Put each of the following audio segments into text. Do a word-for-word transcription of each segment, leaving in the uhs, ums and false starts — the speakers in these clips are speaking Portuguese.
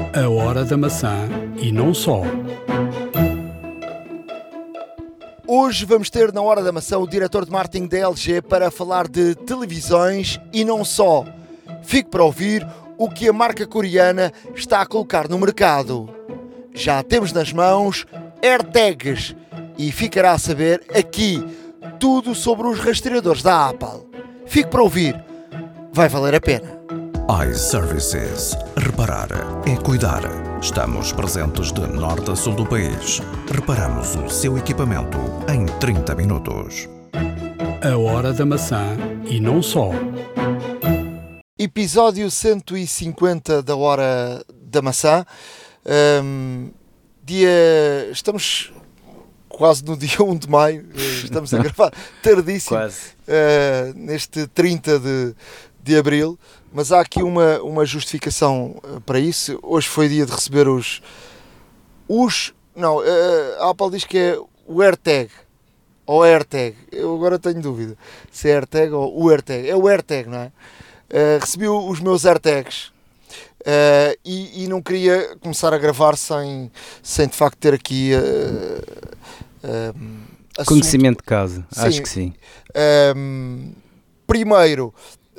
A Hora da Maçã e não só. Hoje vamos ter na Hora da Maçã o diretor de marketing da L G para falar de televisões e não só. Fique para ouvir o que a marca coreana está a colocar no mercado. Já temos nas mãos AirTags e ficará a saber aqui tudo sobre os rastreadores da Apple. Fique para ouvir, vai valer a pena. iServices. Reparar é cuidar. Estamos presentes de norte a sul do país. Reparamos o seu equipamento em trinta minutos. A Hora da Maçã e não só. Episódio cento e cinquenta da Hora da Maçã. Um, dia... Estamos quase no dia um de maio. Estamos a gravar tardíssimo. Quase. Uh, neste trinta de, de abril. Mas há aqui uma, uma justificação para isso. Hoje foi dia de receber os... os não, a Apple diz que é o AirTag. Ou AirTag. Eu agora tenho dúvida se é AirTag ou o AirTag. É o AirTag, não é? Uh, recebi os meus AirTags. Uh, e, e não queria começar a gravar sem, sem de facto ter aqui... Uh, uh, Conhecimento de causa. Sim. Acho que sim. Um, primeiro...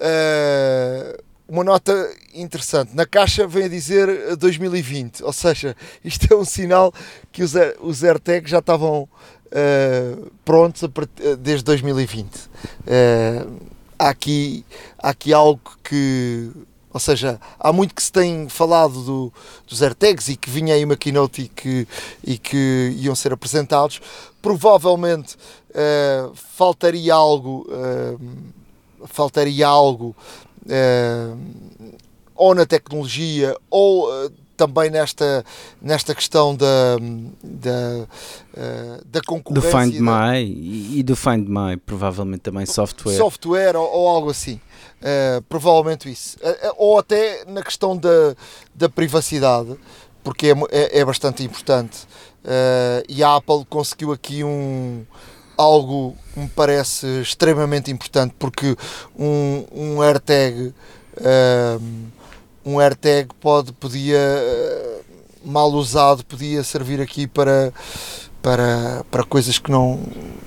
Uh, uma nota interessante, na caixa vem a dizer dois mil e vinte, ou seja, isto é um sinal que os, os AirTags já estavam uh, prontos a part... desde dois mil e vinte. Uh, há, aqui, há aqui algo que, ou seja, há muito que se tem falado do, dos AirTags e que vinha aí uma keynote e que, e que iam ser apresentados. Provavelmente uh, faltaria algo uh, faltaria algo uh, ou na tecnologia ou uh, também nesta, nesta questão da, da, uh, da concorrência. Do Find da, My e, e do Find My, provavelmente também software. Software ou, ou algo assim. Uh, provavelmente isso. Uh, ou até na questão da, da privacidade, porque é, é, é bastante importante. Uh, e a Apple conseguiu aqui um... algo que me parece extremamente importante, porque um, um AirTag um, um AirTag pode, podia mal usado, podia servir aqui para, para, para coisas que não,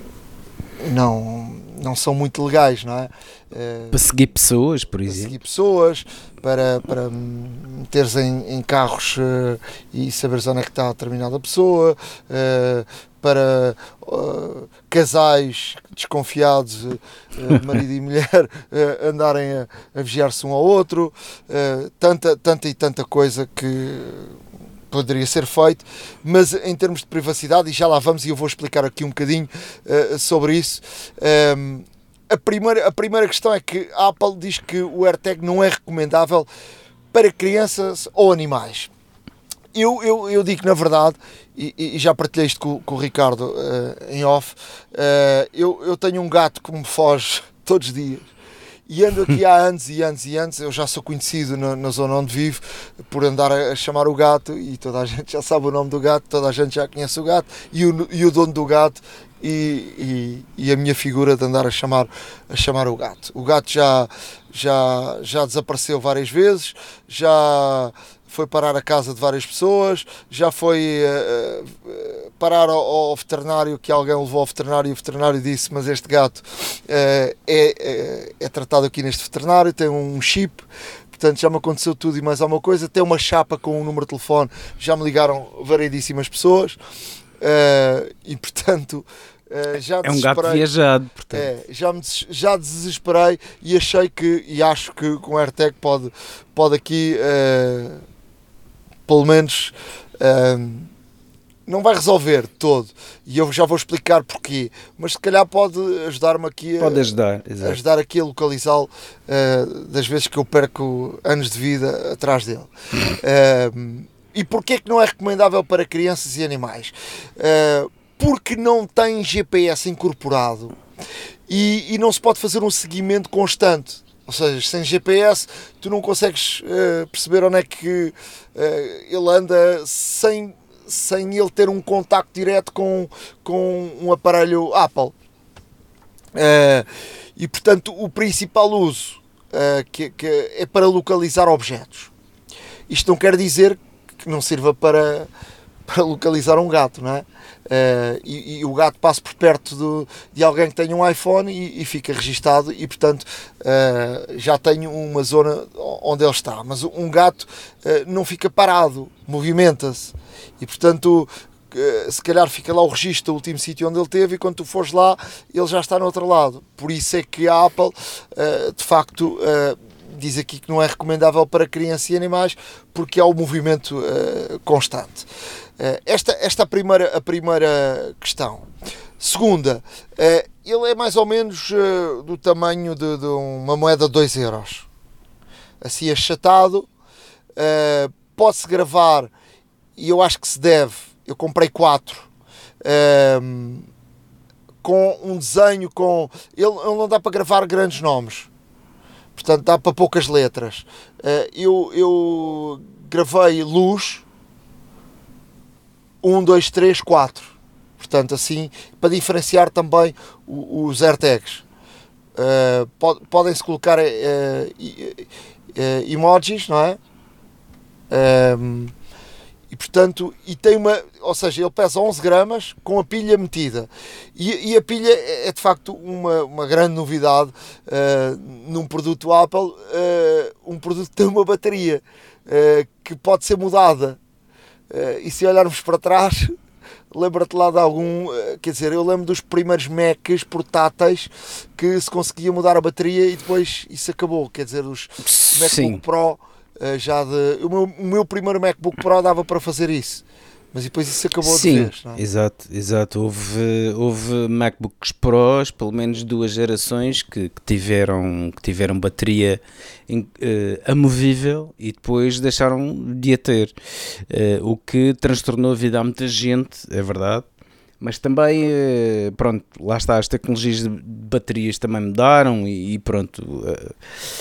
não, não são muito legais, não é? Para seguir pessoas, por para exemplo. seguir pessoas, para, para meteres em, em carros uh, e saberes onde é que está determinada pessoa, uh, para uh, casais desconfiados, uh, marido e mulher, uh, andarem a, a vigiar-se um ao outro, uh, tanta, tanta e tanta coisa que poderia ser feito, mas em termos de privacidade, e já lá vamos e eu vou explicar aqui um bocadinho uh, sobre isso. Um, a, primeira, a primeira questão é que a Apple diz que o AirTag não é recomendável para crianças ou animais. Eu, eu, eu digo, na verdade, e, e já partilhei isto com, com o Ricardo uh, em off, uh, eu, eu tenho um gato que me foge todos os dias e ando aqui há anos e anos e anos. Eu já sou conhecido na, na zona onde vivo por andar a, a chamar o gato e toda a gente já sabe o nome do gato, toda a gente já conhece o gato e o, e o dono do gato e, e, e a minha figura de andar a chamar, a chamar o gato. O gato já, já, já desapareceu várias vezes, já... foi parar a casa de várias pessoas, já foi uh, uh, parar ao, ao veterinário, que alguém levou ao veterinário e o veterinário disse, mas este gato uh, é, é, é tratado aqui neste veterinário, tem um chip, portanto já me aconteceu tudo e mais alguma coisa, tem uma chapa com um número de telefone, já me ligaram variedíssimas pessoas uh, e portanto... Uh, já é um gato viajado, portanto. É, já, me, já desesperei e achei que, e acho que com o AirTag pode, pode aqui... Uh, pelo menos um, não vai resolver todo e eu já vou explicar porquê, mas se calhar pode ajudar-me aqui a, pode ajudar, exato. ajudar aqui a localizá-lo uh, das vezes que eu perco anos de vida atrás dele. um, e porquê que não é recomendável para crianças e animais? Uh, porque não tem G P S incorporado e, e não se pode fazer um seguimento constante. Ou seja, sem G P S tu não consegues uh, perceber onde é que uh, ele anda sem, sem ele ter um contacto direto com, com um aparelho Apple. Uh, e portanto o principal uso uh, que, que é para localizar objetos. Isto não quer dizer que não sirva para, para localizar um gato, não é? Uh, e, e o gato passa por perto do, de alguém que tenha um iPhone e, e fica registado e portanto uh, já tenho uma zona onde ele está, mas um gato uh, não fica parado, movimenta-se e portanto uh, se calhar fica lá o registro do último sítio onde ele esteve e quando tu fores lá ele já está no outro lado. Por isso é que a Apple uh, de facto uh, diz aqui que não é recomendável para crianças e animais porque há o movimento uh, constante. Uh, esta esta a primeira, a primeira questão. Segunda, uh, ele é mais ou menos uh, do tamanho de, de uma moeda de dois euros. Assim achatado, uh, pode-se gravar e eu acho que se deve. Eu comprei quatro. Uh, com um desenho, com... Ele, ele não dá para gravar grandes nomes. Portanto, dá para poucas letras. Uh, eu, eu gravei luz, um, dois, três, quatro. Portanto, assim, para diferenciar também os AirTags. Uh, pod, Podem-se colocar uh, uh, emojis, não é? Um, e portanto, e tem uma, ou seja, ele pesa onze gramas com a pilha metida. E, e a pilha é de facto uma, uma grande novidade uh, num produto Apple, uh, um produto que tem uma bateria uh, que pode ser mudada. Uh, e se olharmos para trás, lembra-te lá de algum, uh, quer dizer, eu lembro dos primeiros Macs portáteis que se conseguia mudar a bateria e depois isso acabou. Quer dizer, os MacBook Sim. Pro. Uh, já de, o, meu, o meu primeiro MacBook Pro dava para fazer isso, mas depois isso acabou Sim, de vez, não é? exato, exato. Houve, houve MacBooks Pros, pelo menos duas gerações, que, que, tiveram, que tiveram bateria em, uh, amovível e depois deixaram de a ter, uh, o que transtornou a vida a muita gente, é verdade. Mas também, pronto, lá está, as tecnologias de baterias também mudaram e, e pronto. Uh,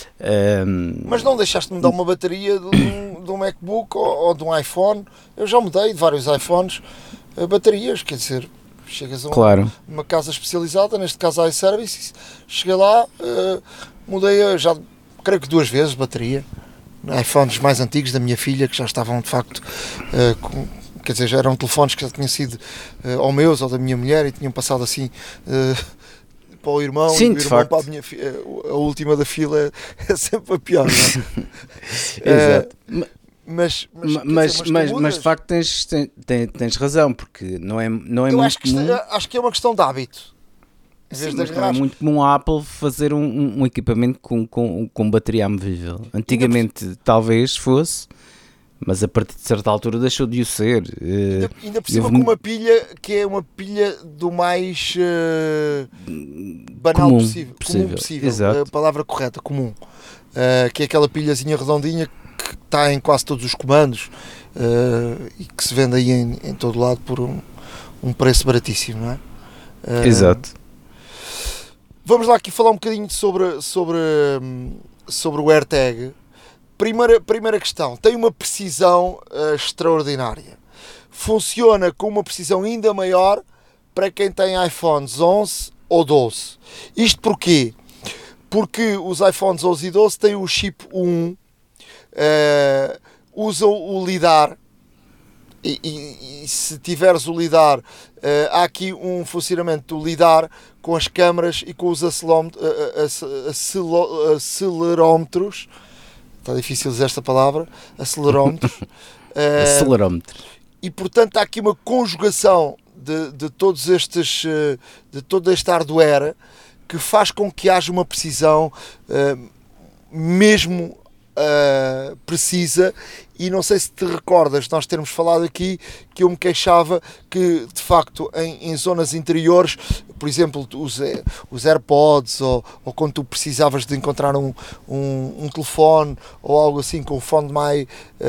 um... Mas não deixaste de mudar uma bateria de um, de um MacBook ou, ou de um iPhone? Eu já mudei de vários iPhones uh, baterias, quer dizer, chegas a um, claro. uma casa especializada, neste caso a iService, cheguei lá, uh, mudei já, creio que duas vezes bateria, iPhones mais antigos da minha filha, que já estavam de facto uh, com... Quer dizer, já eram telefones que já tinham sido uh, ou meus ou da minha mulher e tinham passado assim uh, para o irmão. Sim, e o de irmão facto. para a minha fi- uh, a última da fila é, é sempre a pior, não é? Exato. Uh, mas, mas, Mas, quer mas, dizer, mas, tu mas mudas. de facto tens, tens, tens, tens razão, porque não é, não é eu muito acho que, comum. isto- acho que é uma questão de hábito. Em vez Sim, de mas não é agarrar. muito comum a Apple fazer um, um, um equipamento com, com, com bateria amovível. Antigamente talvez fosse, mas a partir de certa altura deixou de o ser. Ainda, ainda por cima eu- com uma pilha que é uma pilha do mais uh, banal Comum possível. possível, Comum possível. exato. A palavra correta, comum. Uh, que é aquela pilhazinha redondinha que está em quase todos os comandos uh, e que se vende aí em, em todo lado por um, um preço baratíssimo, não é? Uh, Exato. Vamos lá aqui falar um bocadinho sobre, sobre, hum, sobre o AirTag. Primeira, primeira questão, tem uma precisão uh, extraordinária. Funciona com uma precisão ainda maior para quem tem iPhones onze ou doze. Isto porquê? Porque os iPhones onze e doze têm o chip um, uh, usam o LiDAR, e, e, e se tiveres o LiDAR, uh, há aqui um funcionamento do LiDAR com as câmaras e com os acelerómetros, uh, acelo, acelerómetros. Está difícil dizer esta palavra, acelerómetros. uh, Acelerómetro. e portanto há aqui uma conjugação de, de todos estes, uh, de todo este hardware que faz com que haja uma precisão uh, mesmo uh, precisa. E não sei se te recordas, nós termos falado aqui que eu me queixava que de facto em, em zonas interiores, por exemplo os, os AirPods ou, ou quando tu precisavas de encontrar um, um, um telefone ou algo assim com o Find My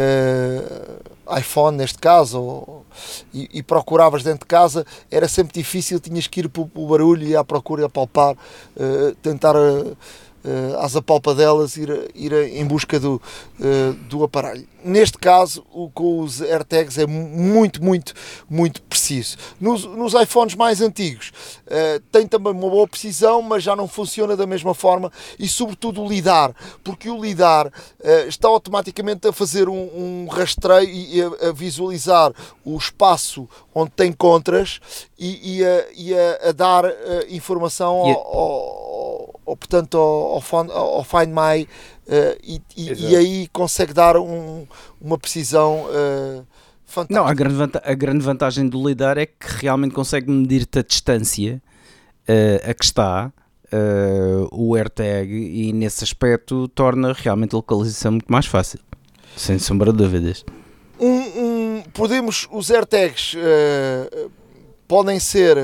uh, iPhone neste caso ou, e, e procuravas dentro de casa, era sempre difícil, tinhas que ir para o barulho e à procura, a palpar, uh, tentar uh, uh, às apalpadelas, ir, ir em busca do, uh, do aparelho. Neste caso, o, com os AirTags é muito, muito, muito preciso. Nos, nos iPhones mais antigos uh, tem também uma boa precisão, mas já não funciona da mesma forma, e sobretudo o lidar, porque o lidar uh, está automaticamente a fazer um, um rastreio e a, a visualizar o espaço onde te encontras e, e, a, e a, a dar uh, informação ao, ao, ao, ao, portanto, ao, ao, ao Find My. Uh, e, e, e aí consegue dar um, uma precisão uh, fantástica. Não, a grande, vanta- a grande vantagem do lidar é que realmente consegue medir-te a distância uh, a que está uh, o AirTag, e nesse aspecto torna realmente a localização muito mais fácil, sem sombra de dúvidas. Um, um, podemos, os AirTags uh, podem ser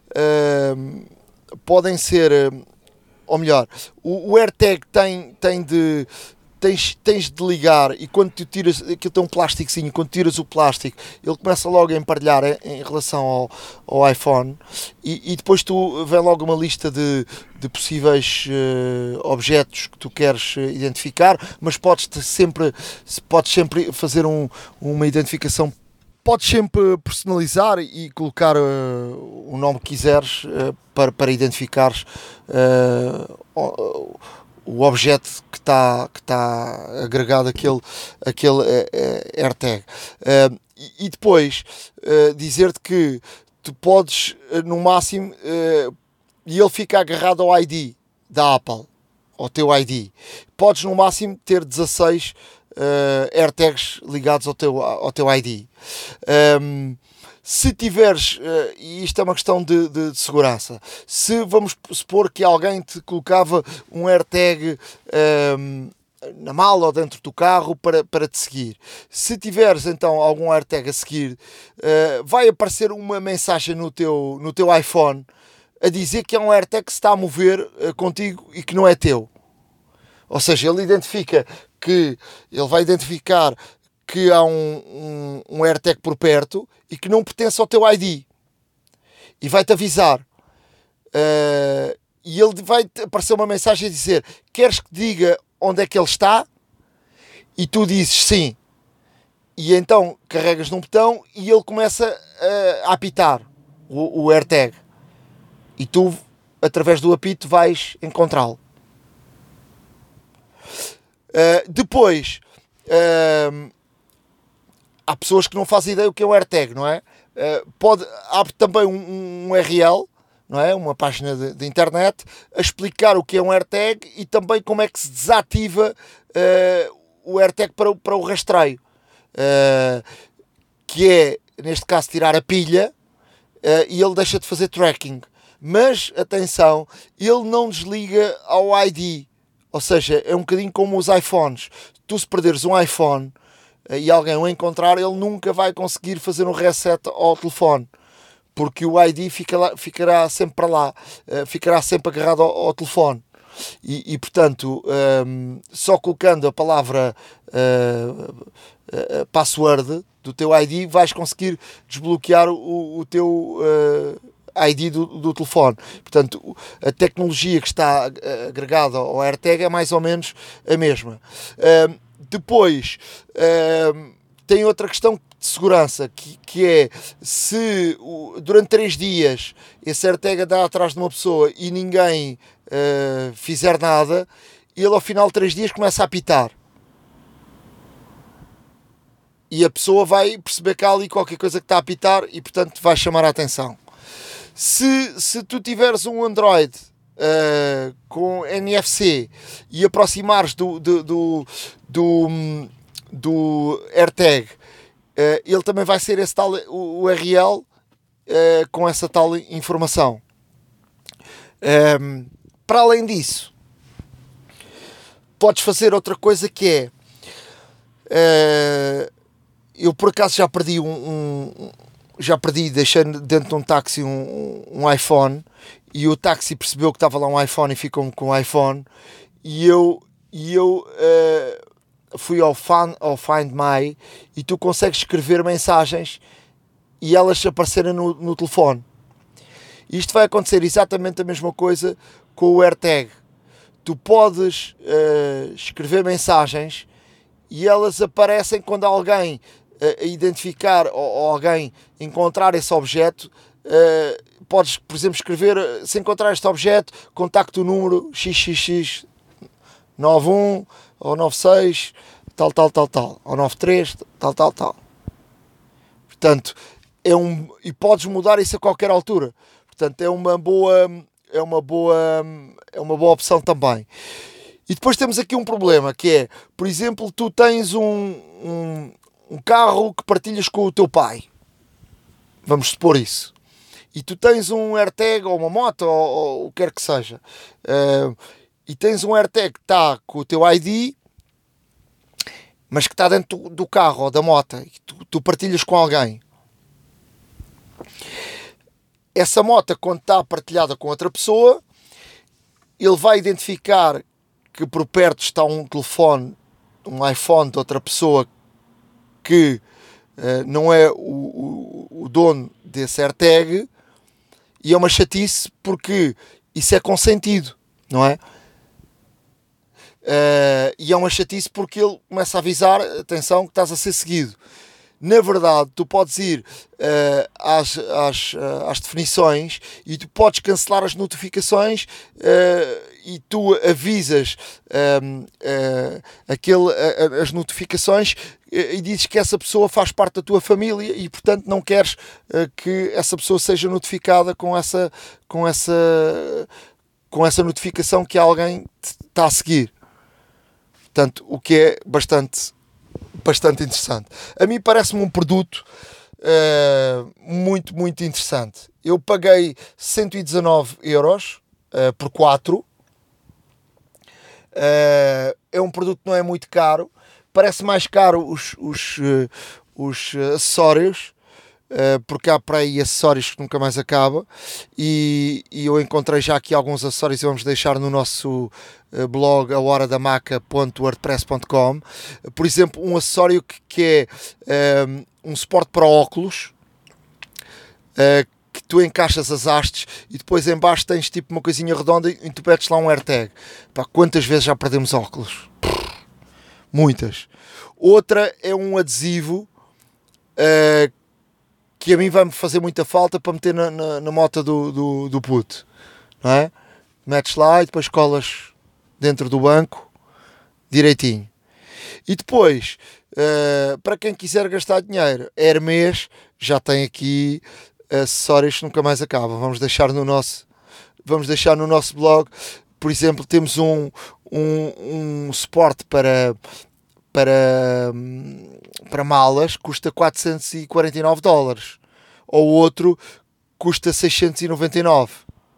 uh, podem ser uh, ou melhor, o, o AirTag tem, tem de, tens, tens de ligar, e quando tu tiras, aquilo tem um plásticozinho, quando tiras o plástico, ele começa logo a emparelhar em, em relação ao, ao iPhone, e, e depois tu vem logo uma lista de, de possíveis uh, objetos que tu queres uh, identificar, mas podes sempre, podes sempre fazer um, uma identificação. Podes sempre personalizar e colocar uh, o nome que quiseres uh, para, para identificares uh, o, o objeto que está que tá agregado àquele, àquele uh, uh, AirTag. Uh, e, e depois uh, dizer-te que tu podes, uh, no máximo, uh, e ele fica agarrado ao I D da Apple, ao teu I D. Podes, no máximo, ter dezasseis Uh, AirTags ligados ao teu, ao teu I D. Um, se tiveres, uh, e isto é uma questão de, de, de segurança, se vamos supor que alguém te colocava um AirTag um, na mala ou dentro do carro para, para te seguir, se tiveres então algum AirTag a seguir, uh, vai aparecer uma mensagem no teu, no teu iPhone a dizer que é um AirTag que se está a mover uh, contigo e que não é teu. Ou seja, ele identifica que ele vai identificar que há um, um, um AirTag por perto e que não pertence ao teu I D, e vai-te avisar, uh, e ele vai aparecer uma mensagem a dizer: queres que diga onde é que ele está? E tu dizes sim, e então carregas num botão e ele começa uh, a apitar o, o AirTag, e tu, através do apito, vais encontrá-lo. Uh, depois uh, há pessoas que não fazem ideia o que é o AirTag, não é? Uh, pode, abre também um, um U R L, não é? Uma página de, de internet a explicar o que é um AirTag e também como é que se desativa uh, o AirTag para, para o rastreio, uh, que é, neste caso, tirar a pilha uh, e ele deixa de fazer tracking. Mas, atenção, ele não desliga ao I D. Ou seja, é um bocadinho como os iPhones. Tu, se perderes um iPhone e alguém o encontrar, ele nunca vai conseguir fazer um reset ao telefone, porque o I D fica lá, ficará sempre para lá, ficará sempre agarrado ao, ao telefone. E, e portanto, um, só colocando a palavra uh, uh, password do teu I D, vais conseguir desbloquear o, o teu uh, I D do, do telefone. Portanto, a tecnologia que está agregada ao AirTag é mais ou menos a mesma. Uh, depois, uh, tem outra questão de segurança, que, que é, se uh, durante três dias esse AirTag andar atrás de uma pessoa e ninguém uh, fizer nada, ele ao final de três dias começa a apitar. E a pessoa vai perceber que há ali qualquer coisa que está a apitar e, portanto, vai chamar a atenção. Se, se tu tiveres um Android uh, com N F C e aproximares do, do, do, do, do AirTag, uh, ele também vai ser esse tal U R L uh, com essa tal informação. Um, para além disso, podes fazer outra coisa que é... Uh, eu por acaso já perdi um... um já perdi, deixando dentro de um táxi um, um iPhone, e o táxi percebeu que estava lá um iPhone e ficou com o iPhone, e eu, e eu uh, fui ao, fan, ao Find My, e tu consegues escrever mensagens e elas aparecerem no, no telefone. Isto vai acontecer exatamente a mesma coisa com o AirTag. tu podes uh, escrever mensagens e elas aparecem quando alguém uh, identificar ou, ou alguém encontrar esse objeto. Uh, podes, por exemplo, escrever: se encontrar este objeto, contacte o número xis xis xis nove um ou nove seis, tal, tal, tal, tal, ou nove três, tal, tal, tal. Portanto, é um, e podes mudar isso a qualquer altura. Portanto, é uma boa, é uma boa, é uma boa opção também. E depois temos aqui um problema, que é, por exemplo, tu tens um, um, um carro que partilhas com o teu pai. Vamos supor isso. E tu tens um AirTag ou uma moto ou, ou o que quer que seja. Uh, e tens um AirTag que está com o teu I D, mas que está dentro do, do carro ou da moto. E tu, tu partilhas com alguém. Essa moto, quando está partilhada com outra pessoa, ele vai identificar que por perto está um telefone, um iPhone de outra pessoa que uh, não é o, o, o dono desse AirTag, e é uma chatice porque isso é consentido, não é? Uh, e é uma chatice porque ele começa a avisar: atenção, que estás a ser seguido. Na verdade, tu podes ir uh, às, às, uh, às definições e tu podes cancelar as notificações uh, e tu avisas um, uh, aquele, uh, as notificações uh, e dizes que essa pessoa faz parte da tua família e, portanto, não queres uh, que essa pessoa seja notificada com essa, com essa, com essa notificação que alguém está a seguir. Portanto, o que é bastante... bastante interessante. A mim parece-me um produto uh, muito, muito interessante. Eu paguei cento e dezanove euros uh, por quatro. Uh, é um produto que não é muito caro. Parece mais caro os, os, uh, os acessórios, uh, porque há para aí acessórios que nunca mais acaba. E, e eu encontrei já aqui alguns acessórios e vamos deixar no nosso blog a hora da maca ponto wordpress ponto com. Por exemplo, um acessório que, que é um, um suporte para óculos, uh, que tu encaixas as hastes e depois em baixo tens tipo uma coisinha redonda e tu metes lá um AirTag. Pá, quantas vezes já perdemos óculos? Muitas. Outra é um adesivo uh, que a mim vai-me fazer muita falta para meter na, na, na moto do, do, do puto, não é? Metes lá e depois colas dentro do banco, direitinho. E depois, uh, para quem quiser gastar dinheiro, Hermès já tem aqui acessórios que nunca mais acabam. Vamos deixar no nosso, vamos deixar no nosso blog. Por exemplo, temos um, um, um suporte para, para, para malas, custa quatrocentos e quarenta e nove dólares. Ou outro, custa seiscentos e noventa e nove.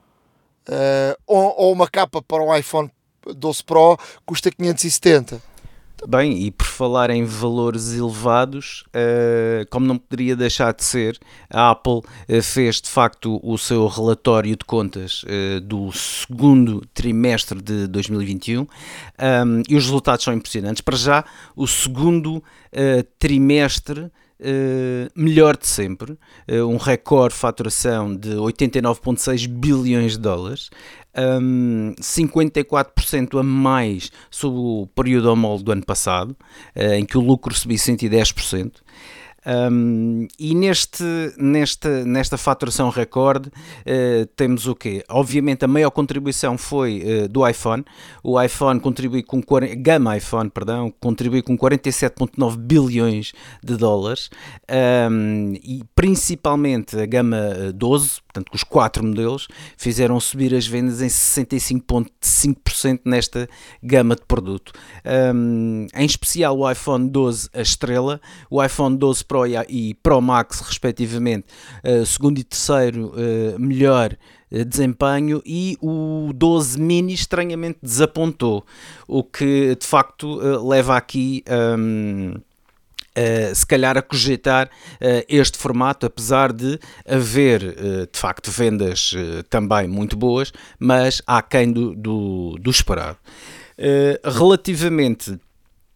Uh, ou, ou uma capa para o iPhone doze Pro custa quinhentos e setenta. Bem, e por falar em valores elevados, uh, como não poderia deixar de ser, a Apple uh, fez de facto o seu relatório de contas uh, do segundo trimestre de dois mil e vinte e um, um, e os resultados são impressionantes. Para já, o segundo uh, trimestre Uh, melhor de sempre, uh, um recorde de faturação de oitenta e nove vírgula seis bilhões de dólares, um, cinquenta e quatro por cento a mais sobre o período homólogo do ano passado, uh, em que o lucro subiu cento e dez por cento. Um, e neste, nesta, nesta faturação recorde uh, temos o quê? Obviamente a maior contribuição foi uh, do iPhone. O iPhone contribui com gama iPhone, perdão, contribui com quarenta e sete vírgula nove bilhões de dólares, um, e principalmente a gama doze, portanto que os quatro modelos fizeram subir as vendas em sessenta e cinco vírgula cinco por cento nesta gama de produto. Um, em especial o iPhone doze a estrela, o iPhone doze Pro e Pro Max respectivamente, uh, segundo e terceiro uh, melhor uh, desempenho, e o doze Mini estranhamente desapontou, o que de facto uh, leva aqui um, Uh, se calhar a cogitar uh, este formato, apesar de haver uh, de facto vendas uh, também muito boas, mas aquém do, do, do esperado. Uh, relativamente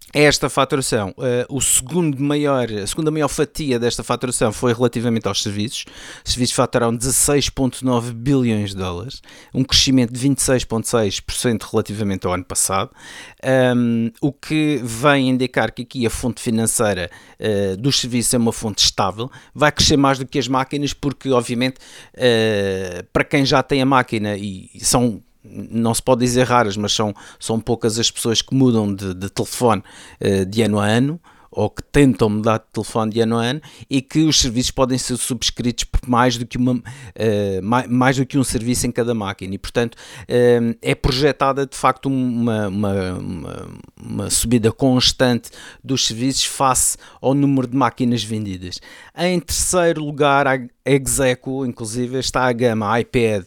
esta faturação, uh, o segundo maior, a segunda maior fatia desta faturação foi relativamente aos serviços. Os serviços faturaram dezasseis vírgula nove bilhões de dólares, um crescimento de vinte e seis vírgula seis por cento relativamente ao ano passado, um, o que vem indicar que aqui a fonte financeira uh, dos serviços é uma fonte estável, vai crescer mais do que as máquinas, porque obviamente uh, para quem já tem a máquina, e são, não se pode dizer raras, mas são, são poucas as pessoas que mudam de, de telefone uh, de ano a ano, ou que tentam mudar de telefone de ano a ano, e que os serviços podem ser subscritos por mais do que, uma, uh, mais, mais do que um serviço em cada máquina, e portanto uh, é projetada de facto uma, uma, uma, uma subida constante dos serviços face ao número de máquinas vendidas. Em terceiro lugar, a Execo, inclusive, está a gama iPad,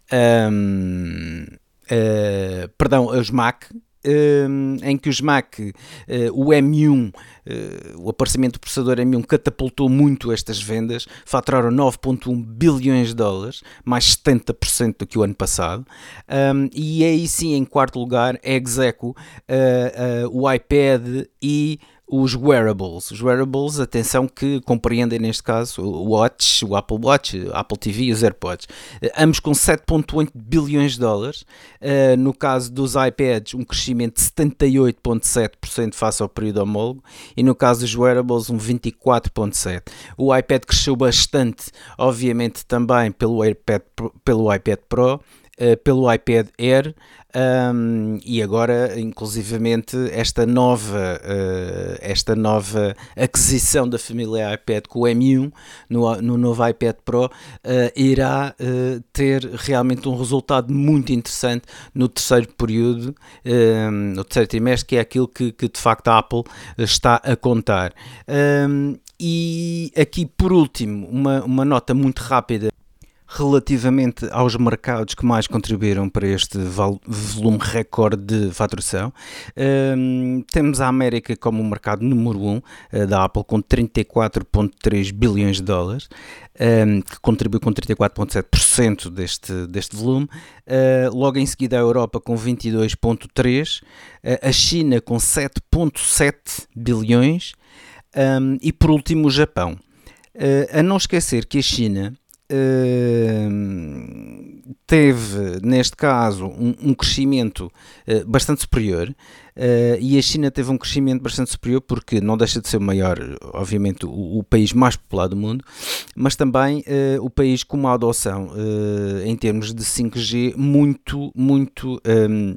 um, uh, perdão, os Mac, Um, em que os Mac, uh, o M um, uh, o aparecimento do processador M um catapultou muito estas vendas, faturaram nove vírgula um bilhões de dólares, mais setenta por cento do que o ano passado, um, e aí sim, em quarto lugar, a Execo, uh, uh, o iPad e os wearables. Os wearables, atenção, que compreendem neste caso o Watch, o Apple Watch, o Apple T V e os AirPods, ambos com sete vírgula oito bilhões de dólares. Uh, no caso dos iPads, um crescimento de setenta e oito vírgula sete por cento face ao período homólogo, e no caso dos wearables, um vinte e quatro vírgula sete por cento. O iPad cresceu bastante, obviamente também pelo iPad, pelo iPad Pro, Uh, pelo iPad Air, um, e agora inclusivamente esta nova, uh, esta nova aquisição da família iPad com o M um no, no novo iPad Pro uh, irá uh, ter realmente um resultado muito interessante no terceiro período, um, no terceiro trimestre, que é aquilo que, que de facto a Apple está a contar. Um, e aqui por último uma, uma nota muito rápida relativamente aos mercados que mais contribuíram para este volume recorde de faturação. Um, temos a América como o mercado número um uh, da Apple, com trinta e quatro vírgula três bilhões de dólares, um, que contribui com trinta e quatro vírgula sete por cento deste, deste volume. Uh, logo em seguida a Europa com vinte e dois vírgula três, uh, a China com sete vírgula sete bilhões, um, e por último o Japão. Uh, a não esquecer que a China Uh, teve, neste caso, um, um crescimento uh, bastante superior, uh, e a China teve um crescimento bastante superior porque não deixa de ser o maior, obviamente, o, o país mais popular do mundo, mas também uh, o país com uma adoção uh, em termos de cinco G muito, muito... Um,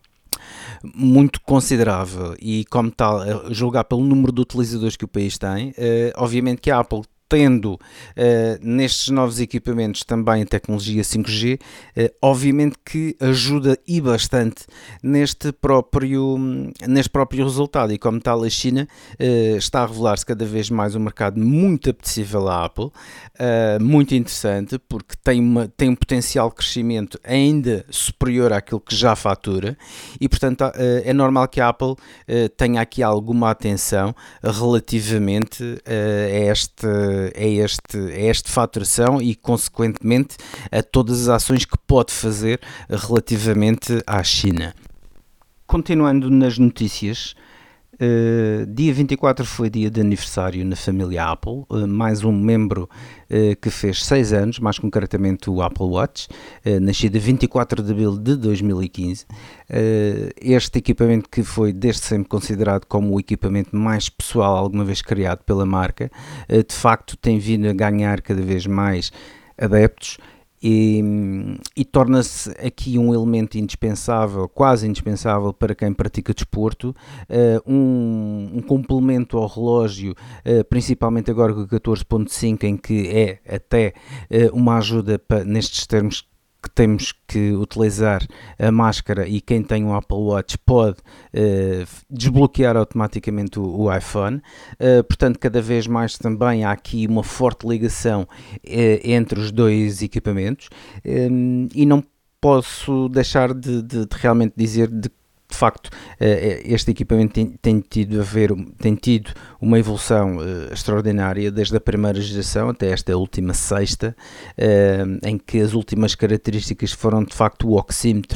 muito considerável, e como tal, a julgar pelo número de utilizadores que o país tem, uh, obviamente que a Apple, tendo uh, nestes novos equipamentos também a tecnologia cinco G, uh, obviamente que ajuda e bastante neste próprio, neste próprio resultado, e como tal a China uh, está a revelar-se cada vez mais um mercado muito apetecível à Apple, uh, muito interessante, porque tem, uma, tem um potencial de crescimento ainda superior àquilo que já fatura, e portanto uh, é normal que a Apple uh, tenha aqui alguma atenção relativamente uh, a este É, este, é esta faturação e, consequentemente, a todas as ações que pode fazer relativamente à China. Continuando nas notícias, uh, dia vinte e quatro foi dia de aniversário na família Apple, uh, mais um membro uh, que fez seis anos, mais concretamente o Apple Watch, uh, nascido a vinte e quatro de abril de dois mil e quinze. Uh, este equipamento, que foi desde sempre considerado como o equipamento mais pessoal alguma vez criado pela marca, uh, de facto tem vindo a ganhar cada vez mais adeptos, e, e torna-se aqui um elemento indispensável, quase indispensável para quem pratica desporto, uh, um, um complemento ao relógio, uh, principalmente agora com o catorze ponto cinco, em que é até uh, uma ajuda para, nestes termos que temos que utilizar a máscara, e quem tem um Apple Watch pode uh, desbloquear automaticamente o, o iPhone. Uh, portanto, cada vez mais também há aqui uma forte ligação uh, entre os dois equipamentos, um, e não posso deixar de, de, de realmente dizer de de facto este equipamento tem, tem, tido a ver, tem tido uma evolução extraordinária desde a primeira geração até esta última sexta, em que as últimas características foram de facto o oxímetro,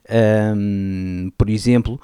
por exemplo,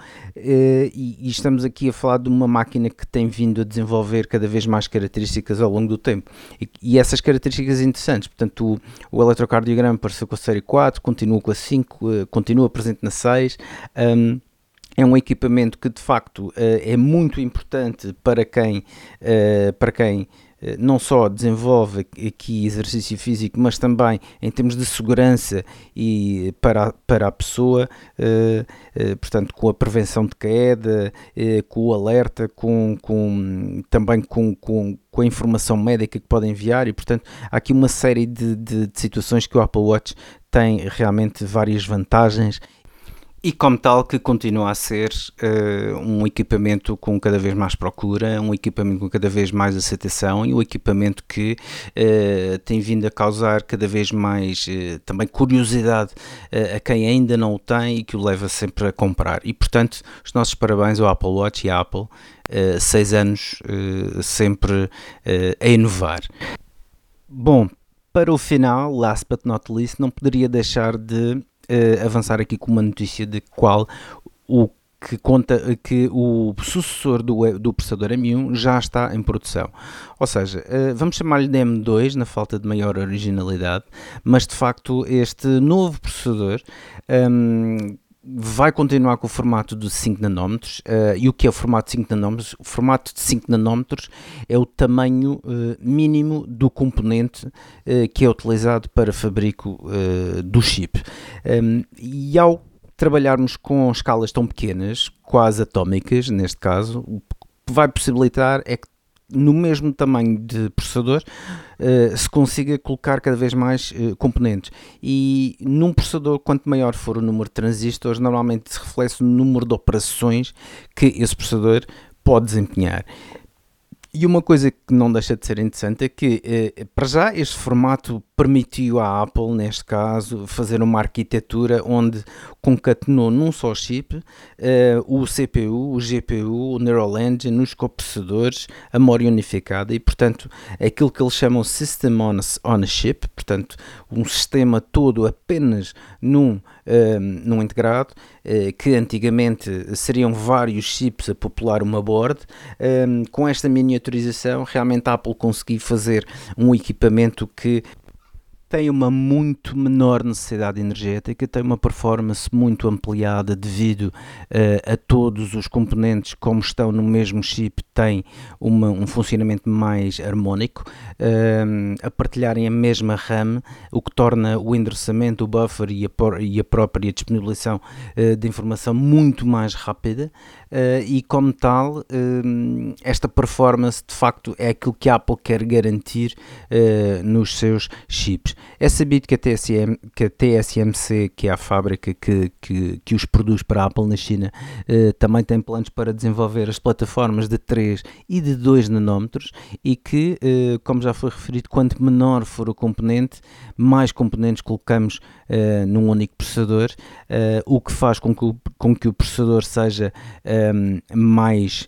e, e estamos aqui a falar de uma máquina que tem vindo a desenvolver cada vez mais características ao longo do tempo, e, e essas características interessantes. Portanto, o, o eletrocardiograma apareceu com a série quatro, continua com a cinco, continua presente na seis. Um, é um equipamento que de facto uh, é muito importante para quem, uh, para quem uh, não só desenvolve aqui exercício físico, mas também em termos de segurança e para, a, para a pessoa, uh, uh, portanto com a prevenção de queda, uh, com o alerta, com, com, também com, com, com a informação médica que pode enviar, e portanto há aqui uma série de, de, de situações que o Apple Watch tem realmente várias vantagens, e como tal que continua a ser uh, um equipamento com cada vez mais procura, um equipamento com cada vez mais aceitação, e um equipamento que uh, tem vindo a causar cada vez mais uh, também curiosidade uh, a quem ainda não o tem e que o leva sempre a comprar. E portanto, os nossos parabéns ao Apple Watch e à Apple, uh, seis anos uh, sempre uh, a inovar. Bom, para o final, last but not least, não poderia deixar de Uh, avançar aqui com uma notícia de qual o que conta que o sucessor do, do processador M um já está em produção. Ou seja, uh, vamos chamar-lhe de M dois na falta de maior originalidade, mas de facto este novo processador um, vai continuar com o formato de cinco nanómetros. Uh, e o que é o formato de cinco nanómetros? O formato de cinco nanómetros é o tamanho uh, mínimo do componente uh, que é utilizado para fabrico uh, do chip. Um, e ao trabalharmos com escalas tão pequenas, quase atómicas neste caso, o que vai possibilitar é que no mesmo tamanho de processador uh, se consiga colocar cada vez mais uh, componentes, e num processador, quanto maior for o número de transistores, normalmente se reflete no número de operações que esse processador pode desempenhar. E uma coisa que não deixa de ser interessante é que, eh, para já, este formato permitiu à Apple, neste caso, fazer uma arquitetura onde concatenou num só chip eh, o C P U, o G P U, o Neural Engine, os coprocessadores, a memória unificada, e, portanto, aquilo que eles chamam System on a, on a Chip, portanto, um sistema todo apenas num, eh, num integrado, eh, que antigamente seriam vários chips a popular uma board. Eh, com esta miniaturização, realmente a Apple conseguiu fazer um equipamento que tem uma muito menor necessidade energética, tem uma performance muito ampliada devido uh, a todos os componentes, como estão no mesmo chip, tem uma, um funcionamento mais harmónico, uh, a partilharem a mesma RAM, o que torna o endereçamento, o buffer e a, por, e a própria disponibilização uh, de informação muito mais rápida, uh, e como tal, uh, esta performance de facto é aquilo que a Apple quer garantir uh, nos seus chips. É sabido que a, T S M, que a T S M C, que é a fábrica que, que, que os produz para a Apple na China, eh, também tem planos para desenvolver as plataformas de três e de dois nanómetros, e que, eh, como já foi referido, quanto menor for o componente, mais componentes colocamos eh, num único processador, eh, o que faz com que o, com que o processador seja eh, mais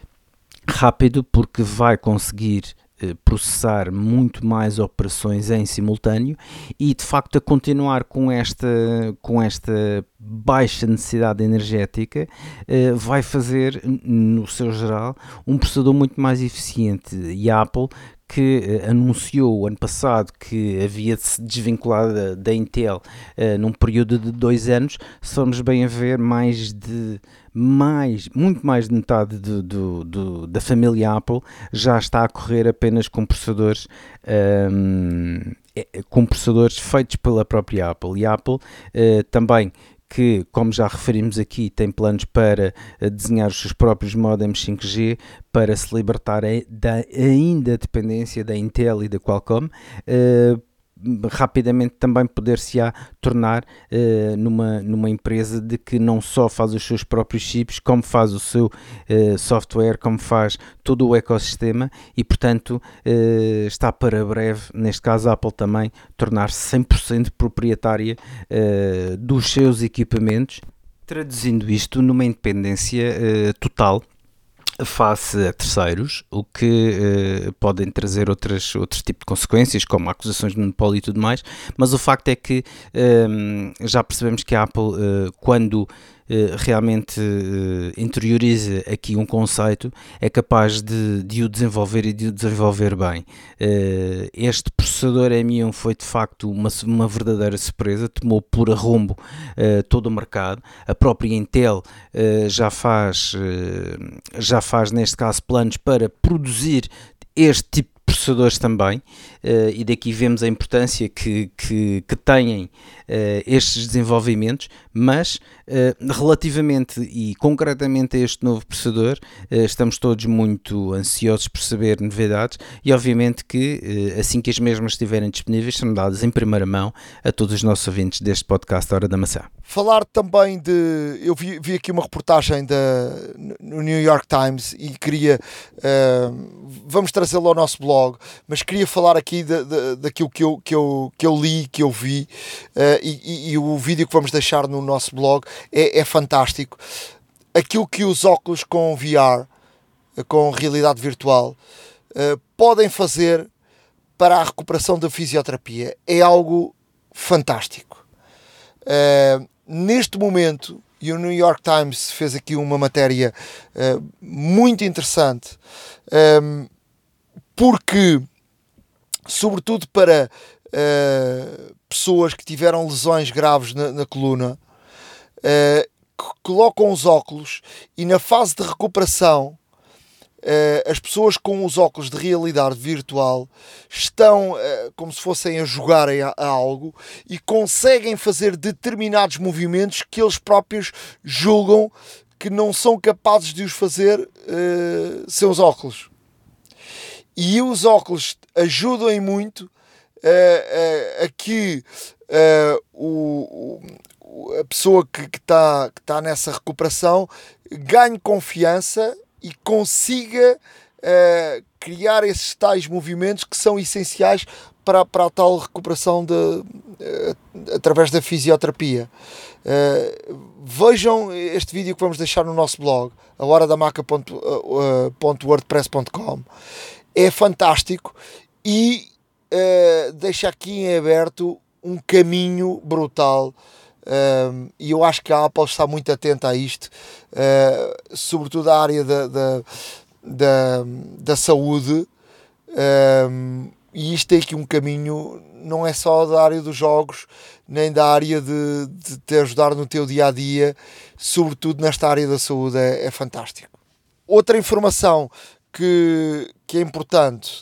rápido, porque vai conseguir processar muito mais operações em simultâneo, e de facto a continuar com esta, com esta baixa necessidade energética eh, vai fazer, no seu geral, um processador muito mais eficiente. E a Apple, que uh, anunciou ano passado que havia de se desvincular da, da Intel uh, num período de dois anos, se formos bem a ver, mais de mais, muito mais de metade do, do, do, da família Apple já está a correr apenas com processadores um, com processadores feitos pela própria Apple. E a Apple uh, também, que, como já referimos aqui, tem planos para uh, desenhar os seus próprios modems cinco G para se libertar a, da ainda dependência da Intel e da Qualcomm, uh, rapidamente também poder-se-á tornar uh, numa, numa empresa de que não só faz os seus próprios chips, como faz o seu uh, software, como faz todo o ecossistema, e portanto uh, está para breve, neste caso a Apple também, tornar-se cem por cento proprietária uh, dos seus equipamentos. Traduzindo isto numa independência uh, total face a terceiros, o que uh, podem trazer outras, outros tipos de consequências, como acusações de monopólio e tudo mais, mas o facto é que um, já percebemos que a Apple, uh, quando uh, realmente uh, interioriza aqui um conceito, é capaz de, de o desenvolver e de o desenvolver bem. Uh, este processador M um foi de facto uma, uma verdadeira surpresa, tomou por arrombo uh, todo o mercado. A própria Intel uh, já faz uh, já faz neste caso planos para produzir este tipo de processadores também, uh, e daqui vemos a importância que, que, que têm uh, estes desenvolvimentos, mas uh, relativamente e concretamente a este novo processador, uh, estamos todos muito ansiosos por saber novidades e obviamente que uh, assim que as mesmas estiverem disponíveis serão dadas em primeira mão a todos os nossos ouvintes deste podcast Hora da Maçã. Falar também de... Eu vi, vi aqui uma reportagem da, no New York Times e queria... Uh, vamos trazê-lo ao nosso blog, mas queria falar aqui de, de, daquilo que eu, que, eu, que eu li, que eu vi, uh, e, e, e o vídeo que vamos deixar no nosso blog é, é fantástico. Aquilo que os óculos com V R, com realidade virtual, uh, podem fazer para a recuperação da fisioterapia é algo fantástico. Uh, neste momento, e o New York Times fez aqui uma matéria uh, muito interessante, um, porque, sobretudo para uh, pessoas que tiveram lesões graves na, na coluna, uh, que colocam os óculos e na fase de recuperação, Uh, as pessoas com os óculos de realidade virtual estão uh, como se fossem a jogarem a, a algo e conseguem fazer determinados movimentos que eles próprios julgam que não são capazes de os fazer uh, sem os óculos. E os óculos ajudam muito uh, uh, a que uh, o, o, a pessoa que está que tá nessa recuperação ganhe confiança e consiga uh, criar esses tais movimentos que são essenciais para, para a tal recuperação de, uh, através da fisioterapia. Uh, vejam este vídeo que vamos deixar no nosso blog, a hora da maca ponto wordpress ponto com. É fantástico e uh, deixa aqui em aberto um caminho brutal. Um, e eu acho que a Apple está muito atenta a isto, uh, sobretudo a área da, da, da, da saúde, um, e isto tem aqui um caminho, não é só da área dos jogos, nem da área de, de te ajudar no teu dia-a-dia, sobretudo nesta área da saúde, é, é fantástico. Outra informação que, que é importante,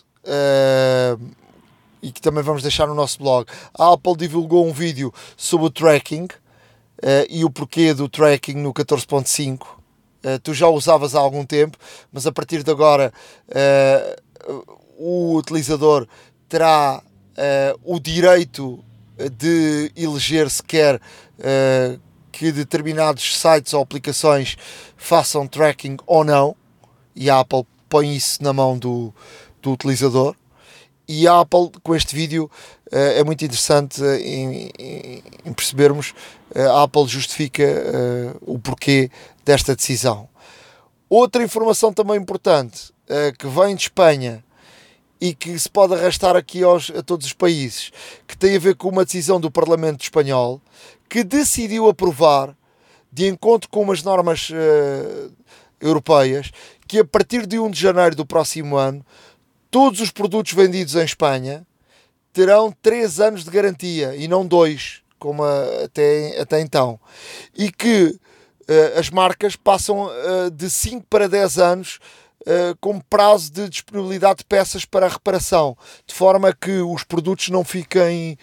uh, e que também vamos deixar no nosso blog, a Apple divulgou um vídeo sobre o tracking uh, e o porquê do tracking no catorze ponto cinco. Uh, tu já o usavas há algum tempo, mas a partir de agora uh, o utilizador terá uh, o direito de eleger se quer uh, que determinados sites ou aplicações façam tracking ou não, e a Apple põe isso na mão do, do utilizador. E a Apple, com este vídeo, é muito interessante em, em, em percebermos, a Apple justifica uh, o porquê desta decisão. Outra informação também importante, uh, que vem de Espanha e que se pode arrastar aqui aos, a todos os países, que tem a ver com uma decisão do Parlamento Espanhol, que decidiu aprovar, de encontro com umas normas uh, europeias, que a partir de primeiro de janeiro do próximo ano, todos os produtos vendidos em Espanha terão três anos de garantia e não dois, como a, até, até então. E que uh, as marcas passam uh, de cinco para dez anos uh, como prazo de disponibilidade de peças para a reparação, de forma que os produtos não fiquem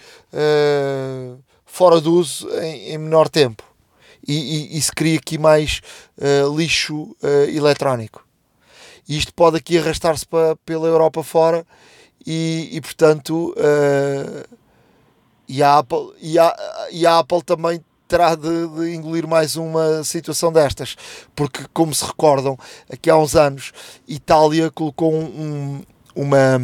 uh, fora de uso em, em menor tempo. E, e, e se cria aqui mais uh, lixo uh, eletrónico. Isto pode aqui arrastar-se para, pela Europa fora e, e portanto, uh, e, a Apple, e, a, e a Apple também terá de, de engolir mais uma situação destas, porque, como se recordam, aqui há uns anos, Itália colocou um, uma,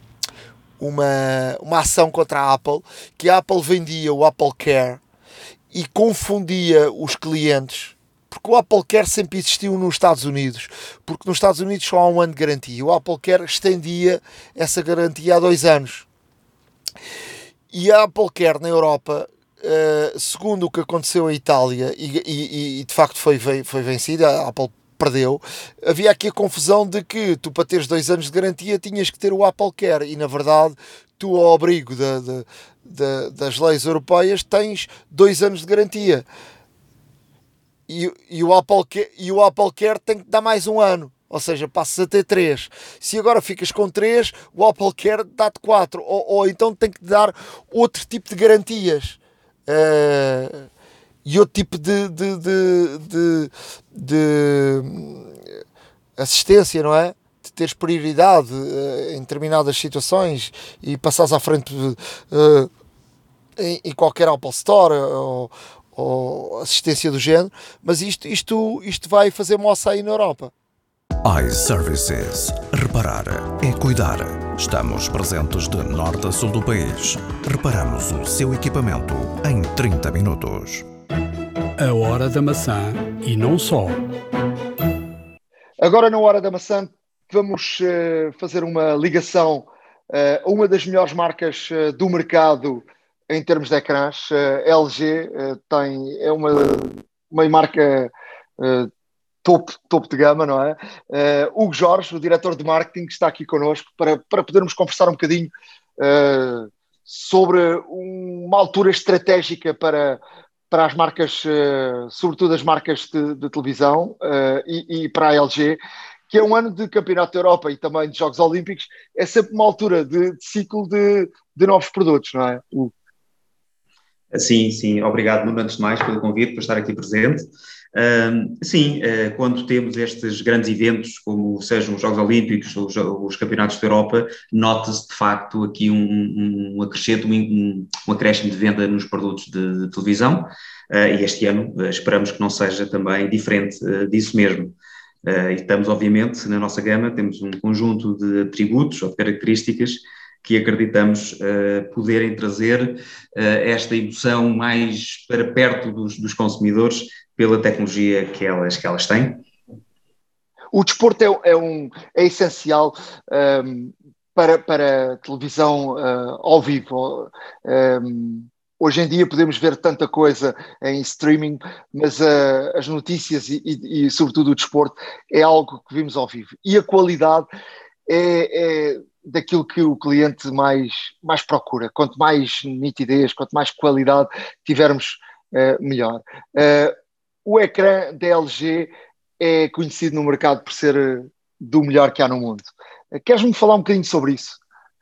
uma, uma ação contra a Apple, que a Apple vendia o Apple Care e confundia os clientes, porque o Apple Care sempre existiu nos Estados Unidos, porque nos Estados Unidos só há um ano de garantia. O Apple Care estendia essa garantia há dois anos. E a Apple Care na Europa, uh, segundo o que aconteceu em Itália, e, e, e de facto foi, foi vencida, a Apple perdeu, havia aqui a confusão de que tu, para teres dois anos de garantia, tinhas que ter o Apple Care, e na verdade tu, ao abrigo de, de, de, das leis europeias, tens dois anos de garantia. E, e, o Apple Care, e o Apple Care tem que dar mais um ano, ou seja, passas a ter três. Se agora ficas com três, o Apple Care dá-te quatro, ou, ou então tem que te dar outro tipo de garantias uh, e outro tipo de, de, de, de, de assistência, não é? De teres prioridade uh, em determinadas situações e passares à frente uh, em, em qualquer Apple Store ou ou assistência do género, mas isto, isto, isto vai fazer moça aí na Europa. iServices. Reparar é cuidar. Estamos presentes de norte a sul do país. Reparamos o seu equipamento em trinta minutos. A hora da maçã e não só. Agora, na hora da maçã, vamos uh, fazer uma ligação uh, a uma das melhores marcas uh, do mercado em termos de ecrãs. uh, L G uh, tem, é uma, uma marca uh, topo, topo de gama, não é? Uh, Hugo Jorge, o diretor de marketing, está aqui connosco para, para podermos conversar um bocadinho uh, sobre uma altura estratégica para, para as marcas, uh, sobretudo as marcas de, de televisão uh, e, e para a L G, que é um ano de Campeonato da Europa e também de Jogos Olímpicos. É sempre uma altura de, de ciclo de, de novos produtos, não é? Hugo? Sim, sim. Obrigado, Nuno, antes de mais, pelo convite, por estar aqui presente. Um, sim, uh, quando temos estes grandes eventos, como sejam os Jogos Olímpicos ou os, os Campeonatos da Europa, nota-se, de facto, aqui um, um, um acrescento, um, um acréscimo de venda nos produtos de, de televisão, uh, e este ano uh, esperamos que não seja também diferente uh, disso mesmo. Uh, e estamos, obviamente, na nossa gama, temos um conjunto de atributos ou de características que acreditamos uh, poderem trazer uh, esta emoção mais para perto dos, dos consumidores pela tecnologia que elas, que elas têm. O desporto é, é, um, é essencial um, para, para a televisão uh, ao vivo. Um, hoje em dia podemos ver tanta coisa em streaming, mas uh, as notícias e, e, e, sobretudo, o desporto é algo que vimos ao vivo. E a qualidade é... é daquilo que o cliente mais, mais procura. Quanto mais nitidez, quanto mais qualidade tivermos, uh, melhor. Uh, o ecrã da L G é conhecido no mercado por ser uh, do melhor que há no mundo. Uh, Queres-me falar um bocadinho sobre isso?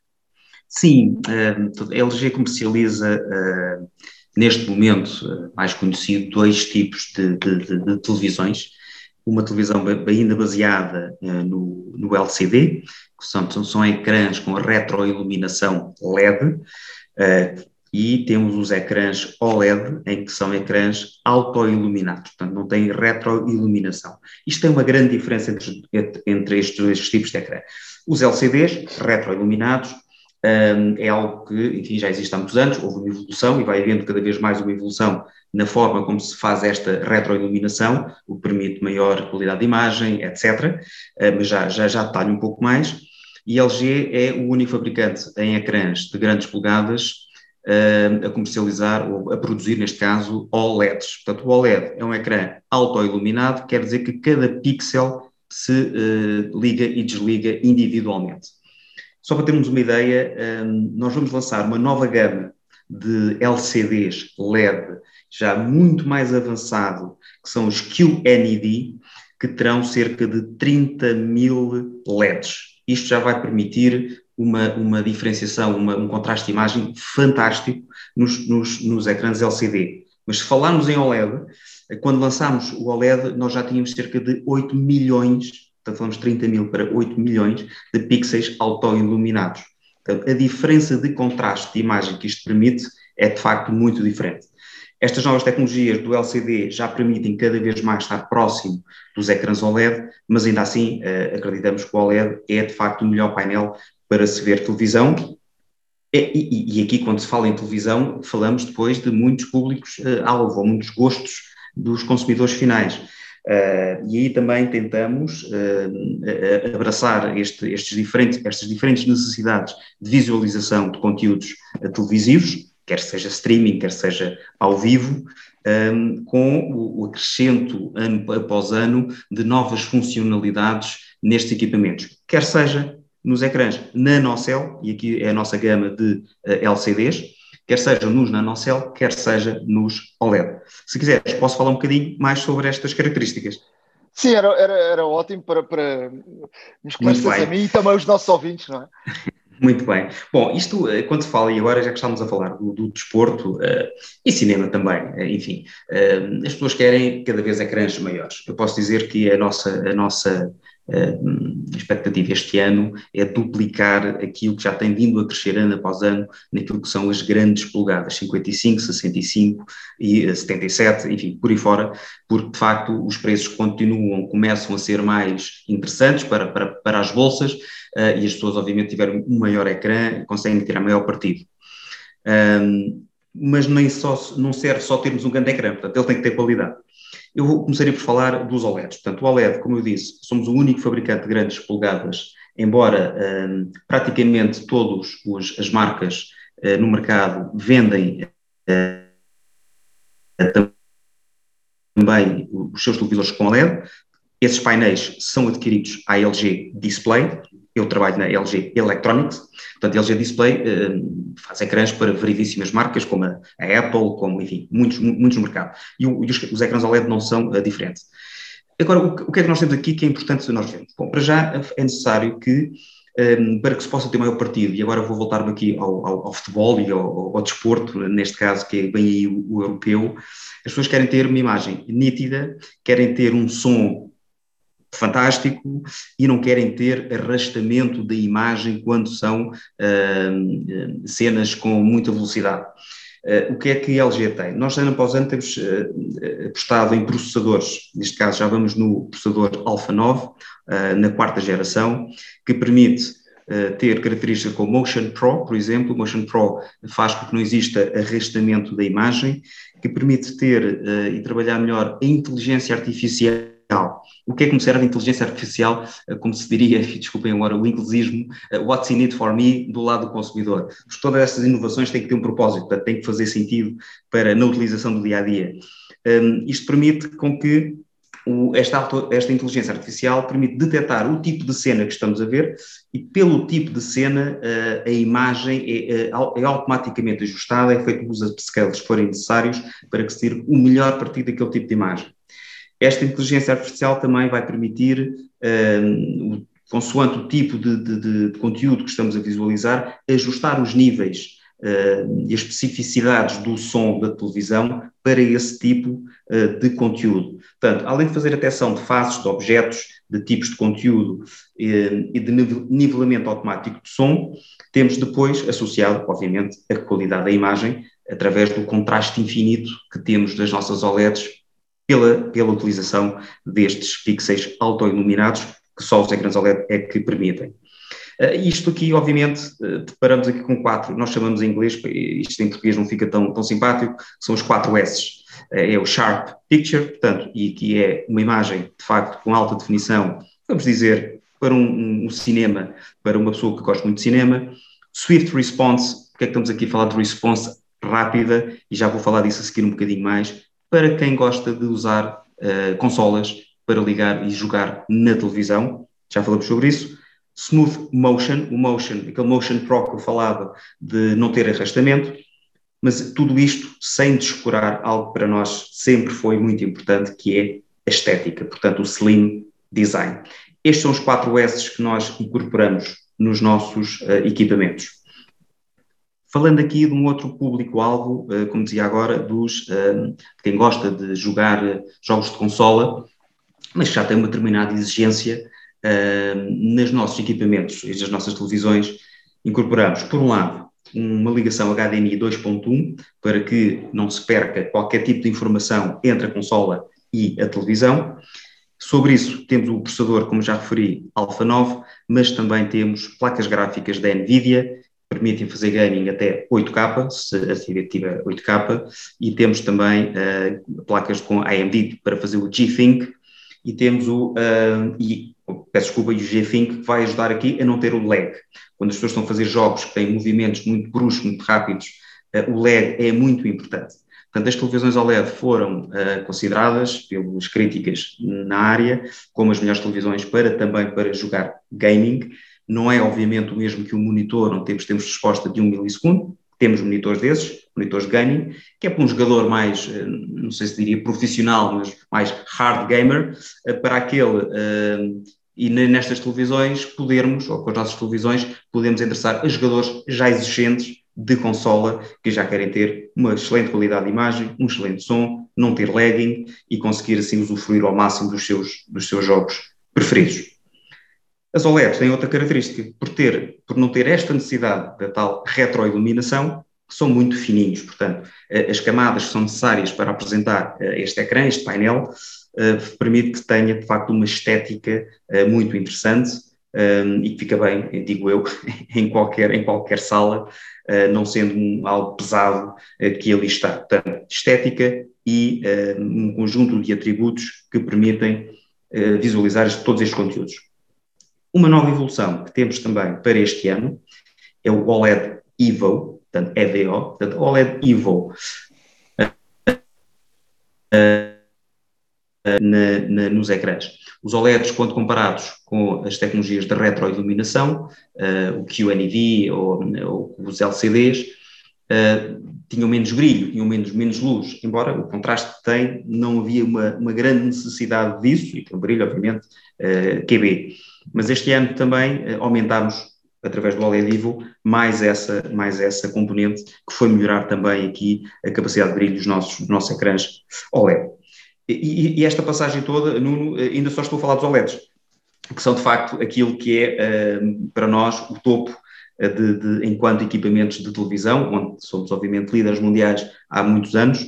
Sim, uh, a L G comercializa uh, neste momento, uh, mais conhecido, dois tipos de, de, de, de televisões. Uma televisão ainda baseada uh, no, no L C D, que são, são ecrãs com retroiluminação L E D, uh, e temos os ecrãs O L E D, em que são ecrãs autoiluminados, portanto não têm retroiluminação. Isto tem uma grande diferença entre, entre estes, estes tipos de ecrã. Os L C Ds, retroiluminados, um, é algo que, enfim, já existe há muitos anos, houve uma evolução e vai havendo cada vez mais uma evolução na forma como se faz esta retroiluminação, o que permite maior qualidade de imagem, etcétera, uh, mas já, já, já detalho um pouco mais. E a L G é o único fabricante em ecrãs de grandes polegadas uh, a comercializar, ou a produzir, neste caso, O L E Ds. Portanto, o O L E D é um ecrã autoiluminado, quer dizer que cada pixel se uh, liga e desliga individualmente. Só para termos uma ideia, um, nós vamos lançar uma nova gama de L C Ds L E D, já muito mais avançado, que são os Q N E D, que terão cerca de trinta mil L E Ds. Isto já vai permitir uma, uma diferenciação, uma, um contraste de imagem fantástico nos, nos, nos ecrãs L C D. Mas se falarmos em O L E D, quando lançámos o O L E D, nós já tínhamos cerca de oito milhões, portanto falamos de trinta mil para oito milhões de pixels autoiluminados. Portanto, a diferença de contraste de imagem que isto permite é de facto muito diferente. Estas novas tecnologias do L C D já permitem cada vez mais estar próximo dos ecrãs O L E D, mas ainda assim uh, acreditamos que o O L E D é de facto o melhor painel para se ver televisão É, e, e aqui, quando se fala em televisão, falamos depois de muitos públicos-alvo, uh, ou muitos gostos dos consumidores finais. Uh, e aí também tentamos uh, abraçar este, estes diferentes, estas diferentes necessidades de visualização de conteúdos uh, televisivos, quer seja streaming, quer seja ao vivo, um, com o, o acrescento ano após ano de novas funcionalidades nestes equipamentos, quer seja nos ecrãs NanoCell, e aqui é a nossa gama de uh, L C Ds, quer seja nos NanoCell, quer seja nos O L E D. Se quiseres, posso falar um bocadinho mais sobre estas características. Sim, era, era, era ótimo para, para nos esclarecer a mim e também os nossos ouvintes, não é? Muito bem. Bom, isto, quando se fala, e agora já que estamos a falar do, do desporto uh, e cinema também, uh, enfim, uh, as pessoas querem cada vez ecrãs maiores. Eu posso dizer que a nossa, a nossa uh, expectativa este ano é duplicar aquilo que já tem vindo a crescer ano após ano naquilo que são as grandes polegadas, cinquenta e cinco, sessenta e cinco e setenta e sete, enfim, por aí fora, porque de facto os preços continuam, começam a ser mais interessantes para, para, para as bolsas. Uh, e as pessoas obviamente tiveram um maior ecrã e conseguem tirar maior partido. Um, mas nem só, não serve só termos um grande ecrã, portanto ele tem que ter qualidade. Eu começaria por falar dos O L E Ds. Portanto, o O L E D, como eu disse, somos o único fabricante de grandes polegadas, embora um, praticamente todas as marcas uh, no mercado vendem uh, também os seus televisores com O L E D. Esses painéis são adquiridos à L G Display. Eu trabalho na L G Electronics, portanto, a L G Display uh, faz ecrãs para variedíssimas marcas, como a, a Apple, como, enfim, muitos, muitos no mercado. E, o, e os, os ecrãs O L E D não são uh, diferentes. Agora, o, o que é que nós temos aqui que é importante nós vermos? Bom, para já é necessário que, um, para que se possa ter maior partido, e agora vou voltar-me aqui ao, ao, ao futebol e ao, ao, ao desporto, neste caso, que é bem aí o, o europeu, as pessoas querem ter uma imagem nítida, querem ter um som fantástico e não querem ter arrastamento da imagem quando são uh, cenas com muita velocidade. Uh, o que é que a L G tem? Nós, ano após ano, temos uh, apostado em processadores, neste caso já vamos no processador Alpha nove, uh, na quarta geração, que permite uh, ter características como Motion Pro, por exemplo. O Motion Pro faz com que não exista arrastamento da imagem, que permite ter uh, e trabalhar melhor a inteligência artificial. O que é que me serve a inteligência artificial, como se diria, desculpem agora o inglesismo, what's in it for me, do lado do consumidor. Todas estas inovações têm que ter um propósito, portanto, têm que fazer sentido para, na utilização do dia-a-dia. Um, isto permite com que o, esta, auto, esta inteligência artificial permite detectar o tipo de cena que estamos a ver e pelo tipo de cena uh, a imagem é, é automaticamente ajustada, é feito uso de upscales se forem necessários para que se tire o melhor partido daquele tipo de imagem. Esta inteligência artificial também vai permitir, um, consoante o tipo de, de, de conteúdo que estamos a visualizar, ajustar os níveis uh, e as especificidades do som da televisão para esse tipo uh, de conteúdo. Portanto, além de fazer a detecção de faces, de objetos, de tipos de conteúdo uh, e de nivelamento automático de som, temos depois associado, obviamente, a qualidade da imagem através do contraste infinito que temos das nossas O L E Ds Pela, pela utilização destes pixels auto-iluminados que só os ecrãs O L E D é que permitem. Uh, isto aqui, obviamente, uh, deparamos aqui com quatro, nós chamamos em inglês, isto em português não fica tão, tão simpático, são os quatro S. Uh, é o Sharp Picture, portanto, e aqui é uma imagem, de facto, com alta definição, vamos dizer, para um, um cinema, para uma pessoa que gosta muito de cinema. Swift Response, porque é que estamos aqui a falar de response rápida, e já vou falar disso a seguir um bocadinho mais, para quem gosta de usar uh, consolas para ligar e jogar na televisão, já falamos sobre isso. Smooth Motion, o Motion, aquele Motion Pro que eu falava de não ter arrastamento, mas tudo isto sem descurar algo que para nós sempre foi muito importante, que é a estética, portanto o Slim Design. Estes são os quatro S's que nós incorporamos nos nossos uh, equipamentos. Falando aqui de um outro público-alvo, como dizia agora, dos, de quem gosta de jogar jogos de consola, mas já tem uma determinada exigência nos nossos equipamentos e nas nossas televisões, incorporamos, por um lado, uma ligação H D M I dois ponto um, para que não se perca qualquer tipo de informação entre a consola e a televisão. Sobre isso, temos o processador, como já referi, Alpha nove, mas também temos placas gráficas da NVIDIA, permitem fazer gaming até oito K, se a T V tiver oito K, e temos também uh, placas com A M D para fazer o G-Think, e temos o, uh, e, peço desculpa, e o G-Think que vai ajudar aqui a não ter o lag. Quando as pessoas estão a fazer jogos que têm movimentos muito bruscos, muito rápidos, uh, o lag é muito importante. Portanto, as televisões O L E D foram uh, consideradas pelas críticas na área como as melhores televisões para também para jogar gaming. Não é, obviamente, o mesmo que um monitor, onde temos, temos resposta de um milissegundo. Temos monitores desses, monitores de gaming, que é para um jogador mais, não sei se diria profissional, mas mais hard gamer, para aquele, e nestas televisões podermos, ou com as nossas televisões, podemos endereçar a jogadores já existentes de consola, que já querem ter uma excelente qualidade de imagem, um excelente som, não ter lagging e conseguir assim usufruir ao máximo dos seus, dos seus jogos preferidos. As O L E Ds têm outra característica, por, ter, por não ter esta necessidade da tal retroiluminação, são muito fininhos, portanto, as camadas que são necessárias para apresentar este ecrã, este painel, permite que tenha, de facto, uma estética muito interessante e que fica bem, digo eu, em qualquer, em qualquer sala, não sendo um, algo pesado que ali está. Portanto, estética e um conjunto de atributos que permitem visualizar todos estes conteúdos. Uma nova evolução que temos também para este ano é o O L E D Evo, portanto, E V O, portanto, O L E D Evo uh, uh, na, na, nos ecrãs. Os O L E Ds, quando comparados com as tecnologias de retroiluminação, uh, o Q N E D ou, ou os L C Ds, uh, tinham menos brilho, tinham menos, menos luz, embora o contraste que tem, não havia uma, uma grande necessidade disso, e tem o brilho, obviamente, uh, Q B. Mas este ano também uh, aumentámos, através do O L E D Evo, mais essa, mais essa componente, que foi melhorar também aqui a capacidade de brilho dos nossos, dos nossos ecrãs O L E D. E, e esta passagem toda, Nuno, ainda só estou a falar dos O L E Ds, que são de facto aquilo que é, uh, para nós, o topo uh, de, de, enquanto equipamentos de televisão, onde somos obviamente líderes mundiais há muitos anos,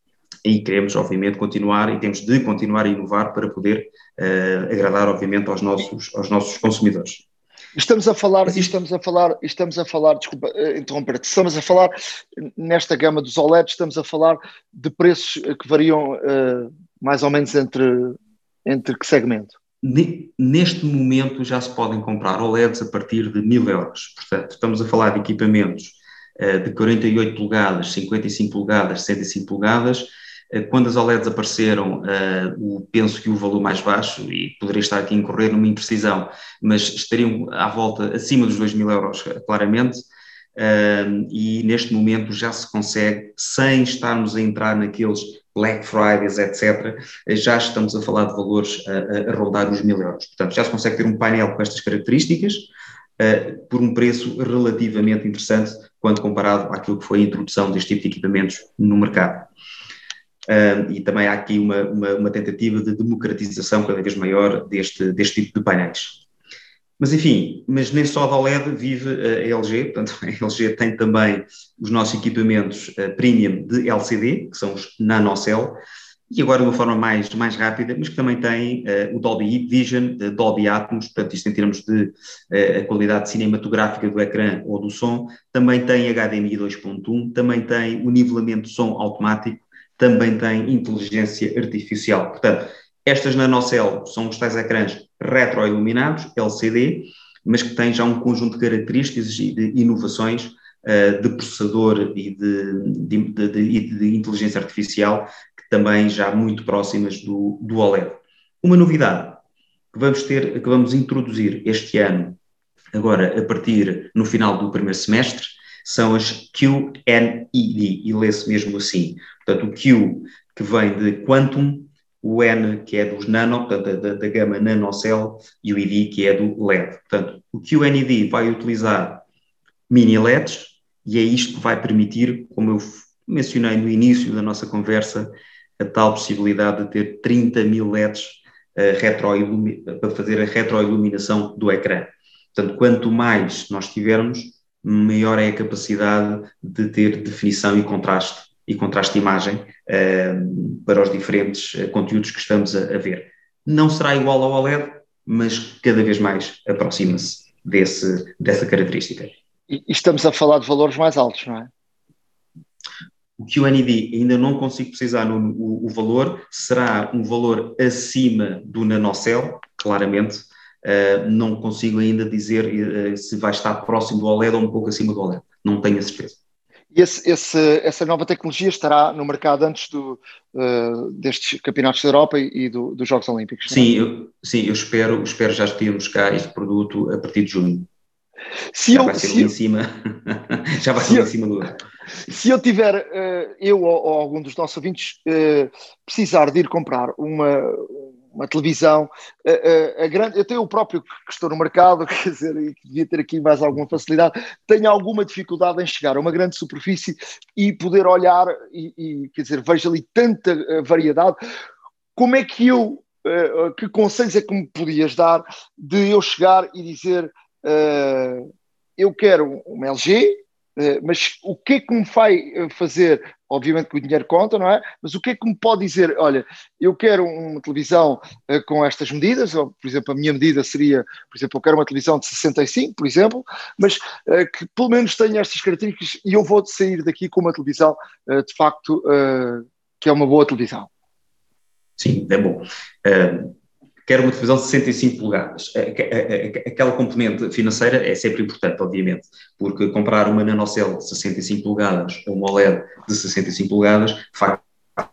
e queremos obviamente continuar, e temos de continuar a inovar para poder uh, agradar obviamente aos nossos, aos nossos consumidores. Estamos a falar, estamos a falar, estamos a falar, desculpa uh, interromper-te, estamos a falar nesta gama dos O L E Ds, estamos a falar de preços que variam uh, mais ou menos entre, entre que segmento? Neste momento já se podem comprar O L E Ds a partir de mil euros, portanto estamos a falar de equipamentos uh, de quarenta e oito polegadas, cinquenta e cinco polegadas, sessenta e cinco polegadas. Quando as O L E Ds apareceram, uh, penso que o valor mais baixo, e poderia estar aqui a incorrer numa imprecisão, mas estariam à volta, acima dos dois mil euros, claramente, uh, e neste momento já se consegue, sem estarmos a entrar naqueles Black Fridays, etcétera, já estamos a falar de valores a, a rondar os mil euros. Portanto, já se consegue ter um painel com estas características, uh, por um preço relativamente interessante, quando comparado àquilo que foi a introdução deste tipo de equipamentos no mercado. Uh, e também há aqui uma, uma, uma tentativa de democratização cada vez maior deste, deste tipo de painéis. Mas enfim, mas nem só da O L E D vive a L G, portanto a L G tem também os nossos equipamentos uh, premium de L C D, que são os NanoCell, e agora de uma forma mais, mais rápida, mas que também tem uh, o Dolby Vision, uh, Dolby Atmos, portanto isto em termos de uh, a qualidade cinematográfica do ecrã ou do som, também tem H D M I dois ponto um, também tem o nivelamento de som automático, também tem inteligência artificial. Portanto, estas NanoCell são os tais ecrãs retroiluminados, L C D, mas que têm já um conjunto de características e de inovações uh, de processador e de, de, de, de, de inteligência artificial, que também já muito próximas do, do O L E D. Uma novidade que vamos ter, que vamos introduzir este ano, agora a partir no final do primeiro semestre, são as Q N E D, e lê-se mesmo assim. Portanto, o Q, que vem de Quantum, o N, que é dos Nano, portanto, da, da gama NanoCell, e o I D, que é do L E D. Portanto, o Q N E D vai utilizar mini L E Ds, e é isto que vai permitir, como eu mencionei no início da nossa conversa, a tal possibilidade de ter trinta mil L E Ds uh, para fazer a retroiluminação do ecrã. Portanto, quanto mais nós tivermos, maior é a capacidade de ter definição e contraste, e contraste de imagem uh, para os diferentes uh, conteúdos que estamos a, a ver. Não será igual ao O L E D, mas cada vez mais aproxima-se desse, dessa característica. E, e estamos a falar de valores mais altos, não é? O Q N E D ainda não consigo precisar no, o, o valor, será um valor acima do nanocell, claramente, uh, não consigo ainda dizer uh, se vai estar próximo do OLED ou um pouco acima do OLED, não tenho a certeza. E esse, esse, essa nova tecnologia estará no mercado antes do, uh, destes campeonatos da Europa e, e do, dos Jogos Olímpicos? Sim, eu, sim, eu espero, espero já termos cá este produto a partir de junho. Se já eu, vai ser se ali eu, em cima, já vai ser ali em cima do outro. Se eu tiver, uh, eu ou, ou algum dos nossos ouvintes, uh, precisar de ir comprar uma, uma televisão, uh, uh, a grande, eu tenho o próprio que estou no mercado, quer dizer, e que devia ter aqui mais alguma facilidade, tenho alguma dificuldade em chegar a uma grande superfície e poder olhar e, e quer dizer, vejo ali tanta uh, variedade. Como é que eu, uh, que conselhos é que me podias dar de eu chegar e dizer, uh, eu quero uma L G, Uh, mas o que é que me vai fazer, obviamente que o dinheiro conta, não é? Mas o que é que me pode dizer, olha, eu quero uma televisão uh, com estas medidas, ou, por exemplo, a minha medida seria, por exemplo, eu quero uma televisão de sessenta e cinco, por exemplo, mas uh, que pelo menos tenha estas características e eu vou sair daqui com uma televisão, uh, de facto, uh, que é uma boa televisão. Sim, é bom. Uh... Quero uma televisão de sessenta e cinco polegadas. Aquela componente financeira é sempre importante, obviamente, porque comprar uma nanocell de sessenta e cinco polegadas ou uma OLED de sessenta e cinco polegadas, de facto,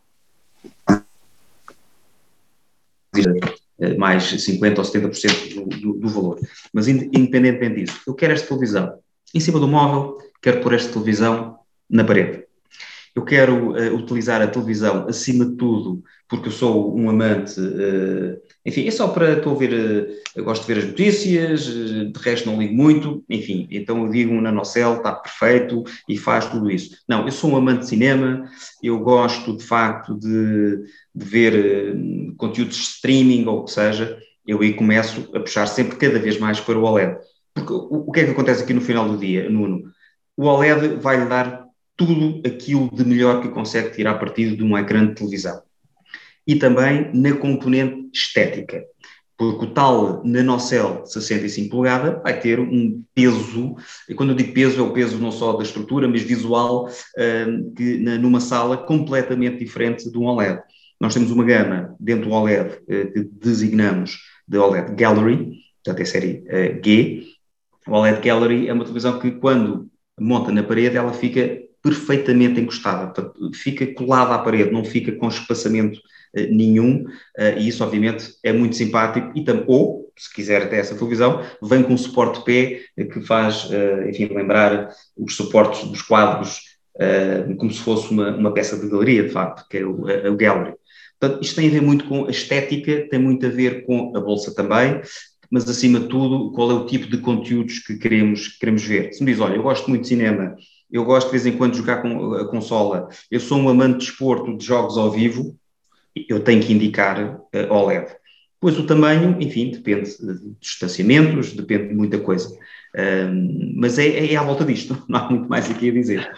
mais cinquenta ou setenta por cento do, do, do valor. Mas independentemente disso, eu quero esta televisão em cima do móvel, quero pôr esta televisão na parede. Eu quero uh, utilizar a televisão, acima de tudo, porque eu sou um amante, uh, enfim, é só para, estou a ver, uh, eu gosto de ver as notícias, uh, de resto não ligo muito, enfim, então eu digo um nanocell, está perfeito e faz tudo isso. Não, eu sou um amante de cinema, eu gosto de facto de, de ver uh, conteúdos de streaming ou o que seja, eu aí começo a puxar sempre cada vez mais para o OLED. Porque o, o que é que acontece aqui no final do dia, Nuno? O OLED vai-lhe dar tudo aquilo de melhor que consegue tirar partido de um ecrã de televisão. E também na componente estética, porque o tal nanocell de sessenta e cinco polegadas vai ter um peso, e quando eu digo peso, é o peso não só da estrutura, mas visual, uh, que, na, numa sala completamente diferente de um OLED. Nós temos uma gama dentro do OLED uh, que designamos de OLED Gallery, portanto é série uh, G. O OLED Gallery é uma televisão que, quando monta na parede, ela fica perfeitamente encostada, portanto, fica colada à parede, não fica com espaçamento uh, nenhum, uh, e isso obviamente é muito simpático, e tam- ou, se quiser ter essa televisão, vem com um suporte pé uh, que faz, uh, enfim, lembrar os suportes dos quadros, uh, como se fosse uma, uma peça de galeria, de facto, que é o, a, o Gallery. Portanto, isto tem a ver muito com a estética, tem muito a ver com a bolsa também, mas acima de tudo, qual é o tipo de conteúdos que queremos, queremos ver. Se me diz, olha, eu gosto muito de cinema, eu gosto de vez em quando de jogar com a consola, eu sou um amante de desporto, de jogos ao vivo, eu tenho que indicar uh, OLED. Pois o tamanho, enfim, depende de distanciamentos, depende de muita coisa. Um, mas é, é à volta disto, não há muito mais aqui a dizer.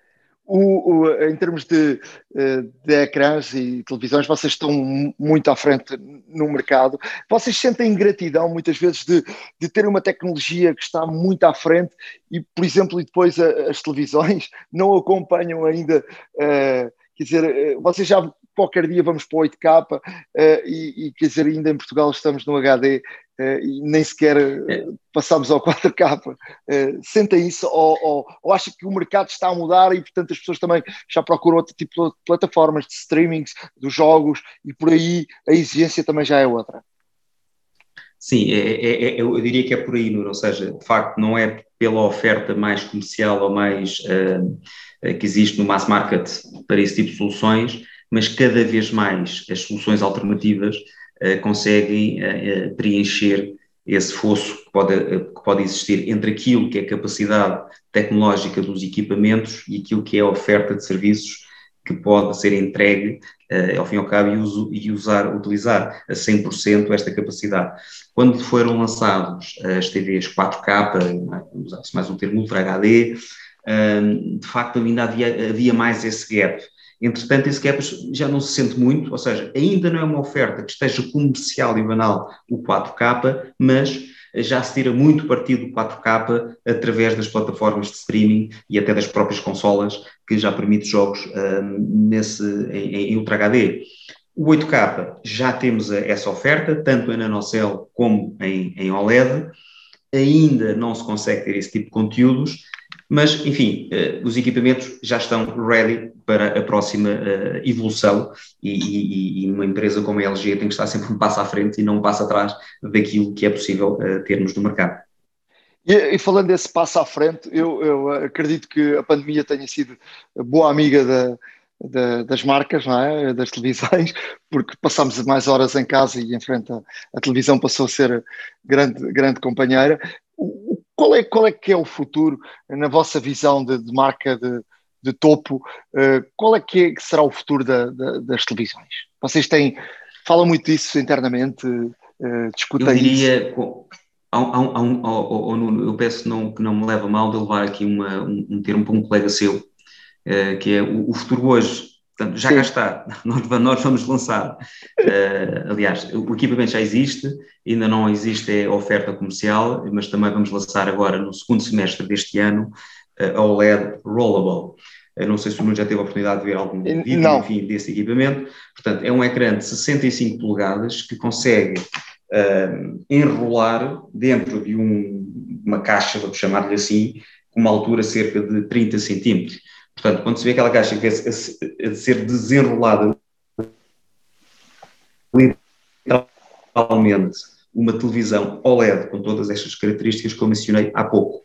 O, o, em termos de, de ecrãs e televisões, vocês estão muito à frente no mercado. Vocês sentem gratidão, muitas vezes, de, de ter uma tecnologia que está muito à frente e, por exemplo, e depois a, as televisões não acompanham ainda, uh, quer dizer, vocês já qualquer dia vamos para o oito K uh, e, e, quer dizer, ainda em Portugal estamos no H D uh, e nem sequer uh, passamos ao quatro K. Uh, sentem isso ou, ou, ou acham que o mercado está a mudar e, portanto, as pessoas também já procuram outro tipo de plataformas de streamings, dos jogos, e por aí a exigência também já é outra? Sim, é, é, é, eu diria que é por aí, Nuno, ou seja, de facto não é pela oferta mais comercial ou mais uh, que existe no mass market para esse tipo de soluções, mas cada vez mais as soluções alternativas uh, conseguem uh, preencher esse fosso que pode, uh, que pode existir entre aquilo que é a capacidade tecnológica dos equipamentos e aquilo que é a oferta de serviços que pode ser entregue uh, ao fim e ao cabo e, uso, e usar, utilizar a cem por cento esta capacidade. Quando foram lançados as T Vs quatro K, usava-se mais um termo Ultra H D, uh, de facto ainda havia, havia mais esse gap. Entretanto, esse gap já não se sente muito, ou seja, ainda não é uma oferta que esteja comercial e banal o quatro K, mas já se tira muito partido do quatro K através das plataformas de streaming e até das próprias consolas, que já permite jogos uh, nesse, em, em Ultra H D. O oito K já temos essa oferta, tanto em nanocell como em, em O L E D. Ainda não se consegue ter esse tipo de conteúdos, mas, enfim, uh, os equipamentos já estão ready para a próxima uh, evolução e, e, e uma empresa como a L G tem que estar sempre um passo à frente e não um passo atrás daquilo que é possível uh, termos no mercado. E, e falando desse passo à frente, eu, eu acredito que a pandemia tenha sido boa amiga da, da, das marcas, não é? Das televisões, porque passámos mais horas em casa e em frente à, a televisão passou a ser grande, grande companheira. O, qual, é, qual é que é o futuro, na vossa visão de, de marca de, de topo, uh, qual é que, é que será o futuro da, da, das televisões? Vocês têm, falam muito disso internamente, uh, discutem eu diria, isso? Com, há, há, há um, oh, oh, Nuno, eu peço não, que não me leve a mal de levar aqui uma, um, um termo para um colega seu, uh, que é o, o futuro hoje. Portanto, já Sim. cá está, nós, nós vamos lançar. Uh, aliás, o equipamento já existe, ainda não existe a oferta comercial, mas também vamos lançar agora, no segundo semestre deste ano, uh, a O L E D Rollable. Eu não sei se o Nuno já teve a oportunidade de ver algum vídeo, não. enfim, desse equipamento. Portanto, é um ecrã de sessenta e cinco polegadas que consegue uh, enrolar dentro de um, uma caixa, vamos chamar-lhe assim, com uma altura cerca de trinta centímetros. Portanto, quando se vê aquela caixa que é a ser desenrolada, literalmente uma televisão O L E D com todas estas características que eu mencionei há pouco,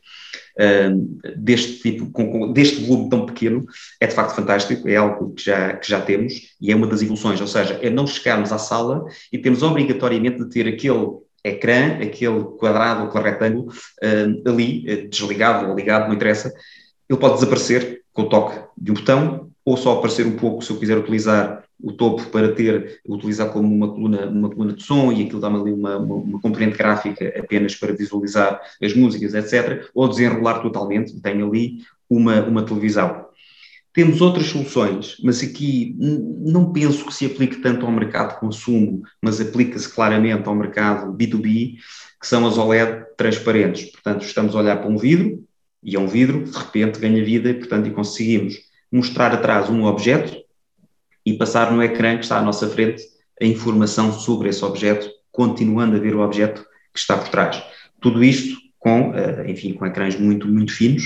uh, deste tipo, com, com, deste volume tão pequeno, é de facto fantástico, é algo que já, que já temos e é uma das evoluções, ou seja, é não chegarmos à sala e temos obrigatoriamente de ter aquele ecrã, aquele quadrado ou aquele retângulo uh, ali, uh, desligado ou ligado, não interessa, ele pode desaparecer com o toque de um botão, ou só aparecer um pouco se eu quiser utilizar o topo para ter, utilizar como uma coluna, uma coluna de som e aquilo dá-me ali uma, uma, uma componente gráfica apenas para visualizar as músicas, etcétera, ou desenrolar totalmente, e tenho ali uma, uma televisão. Temos outras soluções, mas aqui não penso que se aplique tanto ao mercado de consumo, mas aplica-se claramente ao mercado B dois B, que são as O L E D transparentes. Portanto, estamos a olhar para um vidro, e é um vidro, de repente ganha vida, portanto, e conseguimos mostrar atrás um objeto e passar no ecrã que está à nossa frente a informação sobre esse objeto, continuando a ver o objeto que está por trás. Tudo isto com, enfim, com ecrãs muito, muito finos,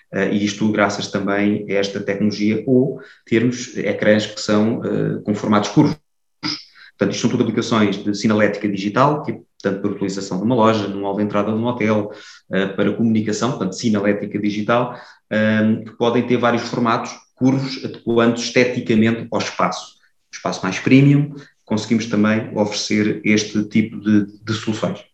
e isto graças também a esta tecnologia, ou termos ecrãs que são com formatos curvos. Portanto, isto são tudo aplicações de sinalética digital, que, portanto, para utilização de uma loja, num hall de entrada de um hotel, uh, para comunicação, portanto, sinalética digital, um, que podem ter vários formatos curvos, adequando esteticamente ao espaço. O espaço mais premium, conseguimos também oferecer este tipo de, de soluções.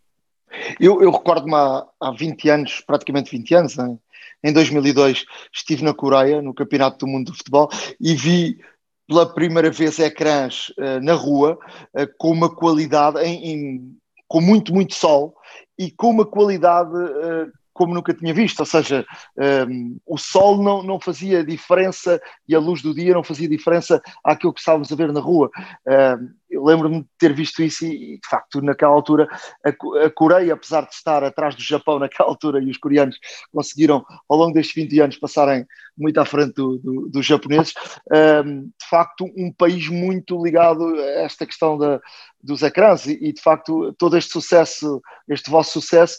Eu, eu recordo-me há, há vinte anos, praticamente vinte anos, em, em dois mil e dois, estive na Coreia, no Campeonato do Mundo de Futebol, e vi pela primeira vez ecrãs uh, na rua, uh, com uma qualidade, em, em, com muito, muito sol, e com uma qualidade uh, como nunca tinha visto, ou seja, um, o sol não, não fazia diferença e a luz do dia não fazia diferença àquilo que estávamos a ver na rua. Um, eu lembro-me de ter visto isso e, de facto, naquela altura, a, a Coreia, apesar de estar atrás do Japão naquela altura, e os coreanos conseguiram, ao longo destes vinte anos, passarem muito à frente do, do, dos japoneses, um, de facto, um país muito ligado a esta questão da, dos ecrãs e, e, de facto, todo este sucesso, este vosso sucesso,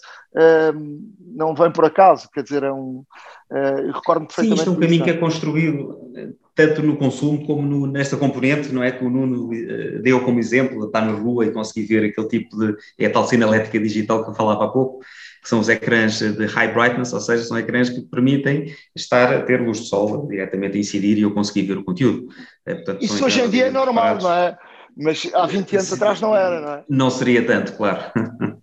um, não vem por acaso, quer dizer, é um... Uh, recordo-me perfeitamente. Sim, isto é um caminho que é construído tanto no consumo como no, nesta componente, não é? Que o Nuno uh, deu como exemplo, estar na rua e conseguir ver aquele tipo de... é a tal sinalética digital que eu falava há pouco, que são os ecrãs de high brightness, ou seja, são ecrãs que permitem estar a ter luz de sol diretamente a incidir e eu conseguir ver o conteúdo. É, portanto, isso hoje em dia é normal, não é? Mas há vinte anos atrás não era, não é? Não seria tanto, claro.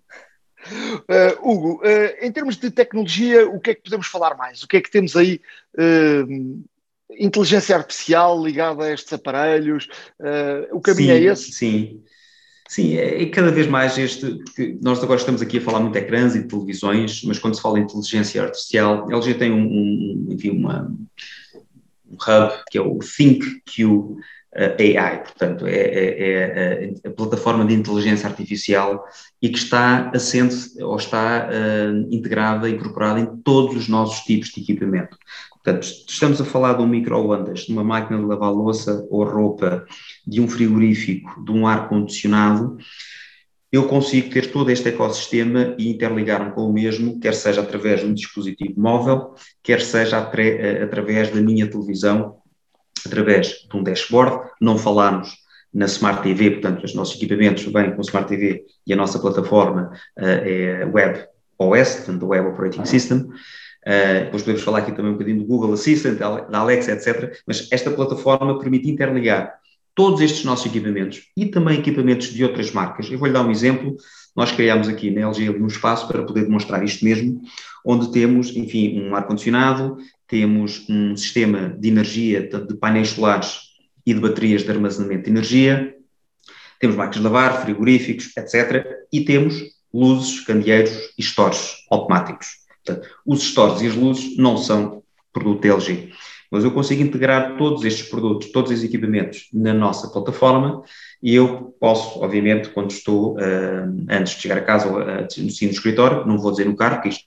Uh, Hugo, uh, em termos de tecnologia, o que é que podemos falar mais? O que é que temos aí? Uh, inteligência artificial ligada a estes aparelhos? Uh, o caminho sim, é esse? Sim, sim, é, é cada vez mais este, porque nós agora estamos aqui a falar muito de ecrãs e de televisões, mas quando se fala em inteligência artificial, a L G tem um, um, enfim, uma, um hub que é o ThinkQ, A I, portanto, é, é, é a plataforma de inteligência artificial e que está assente ou está uh, integrada, incorporada em todos os nossos tipos de equipamento. Portanto, estamos a falar de um micro-ondas, de uma máquina de lavar louça ou roupa, de um frigorífico, de um ar-condicionado. Eu consigo ter todo este ecossistema e interligar-me com o mesmo, quer seja através de um dispositivo móvel, quer seja atra- através da minha televisão, através de um dashboard. Não falarmos na Smart T V, portanto, os nossos equipamentos vêm com a Smart T V e a nossa plataforma uh, é Web O S, portanto, Web Operating System. Uh, depois podemos falar aqui também um bocadinho do Google Assistant, da Alexa, etcétera. Mas esta plataforma permite interligar todos estes nossos equipamentos e também equipamentos de outras marcas. Eu vou-lhe dar um exemplo. Nós criámos aqui na L G um espaço para poder demonstrar isto mesmo, onde temos, enfim, um ar-condicionado, temos um sistema de energia, de painéis solares e de baterias de armazenamento de energia, temos máquinas de lavar, frigoríficos, etcétera. E temos luzes, candeeiros e stores automáticos. Portanto, os stores e as luzes não são produto da L G. Mas eu consigo integrar todos estes produtos, todos estes equipamentos na nossa plataforma e eu posso, obviamente, quando estou, uh, antes de chegar a casa ou uh, no escritório, não vou dizer no carro, que isto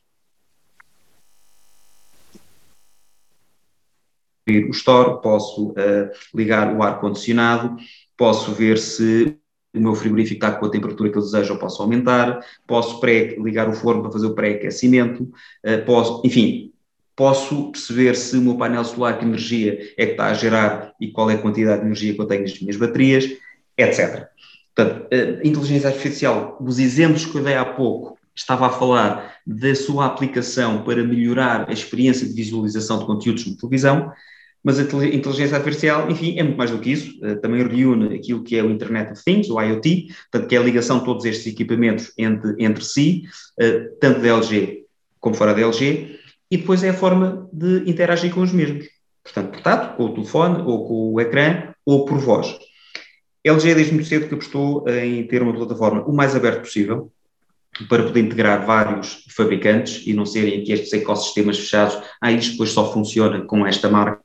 o store, posso uh, ligar o ar-condicionado, posso ver se o meu frigorífico está com a temperatura que eu desejo, eu posso aumentar, posso pré ligar o forno para fazer o pré-aquecimento, uh, posso, enfim... Posso perceber se o meu painel solar, que energia é que está a gerar e qual é a quantidade de energia que eu tenho nas minhas baterias, etcétera. Portanto, a inteligência artificial, os exemplos que eu dei há pouco, estava a falar da sua aplicação para melhorar a experiência de visualização de conteúdos na televisão, mas a inteligência artificial, enfim, é muito mais do que isso. Também reúne aquilo que é o Internet of Things, o I O T, portanto, que é a ligação de todos estes equipamentos entre, entre si, tanto da L G como fora da L G. E depois é a forma de interagir com os mesmos. Portanto, portátil, com o telefone, ou com o ecrã, ou por voz. A L G desde muito cedo que apostou em ter uma plataforma o mais aberta possível, para poder integrar vários fabricantes e não serem aqui estes ecossistemas fechados. Ah, isto depois só funciona com esta marca.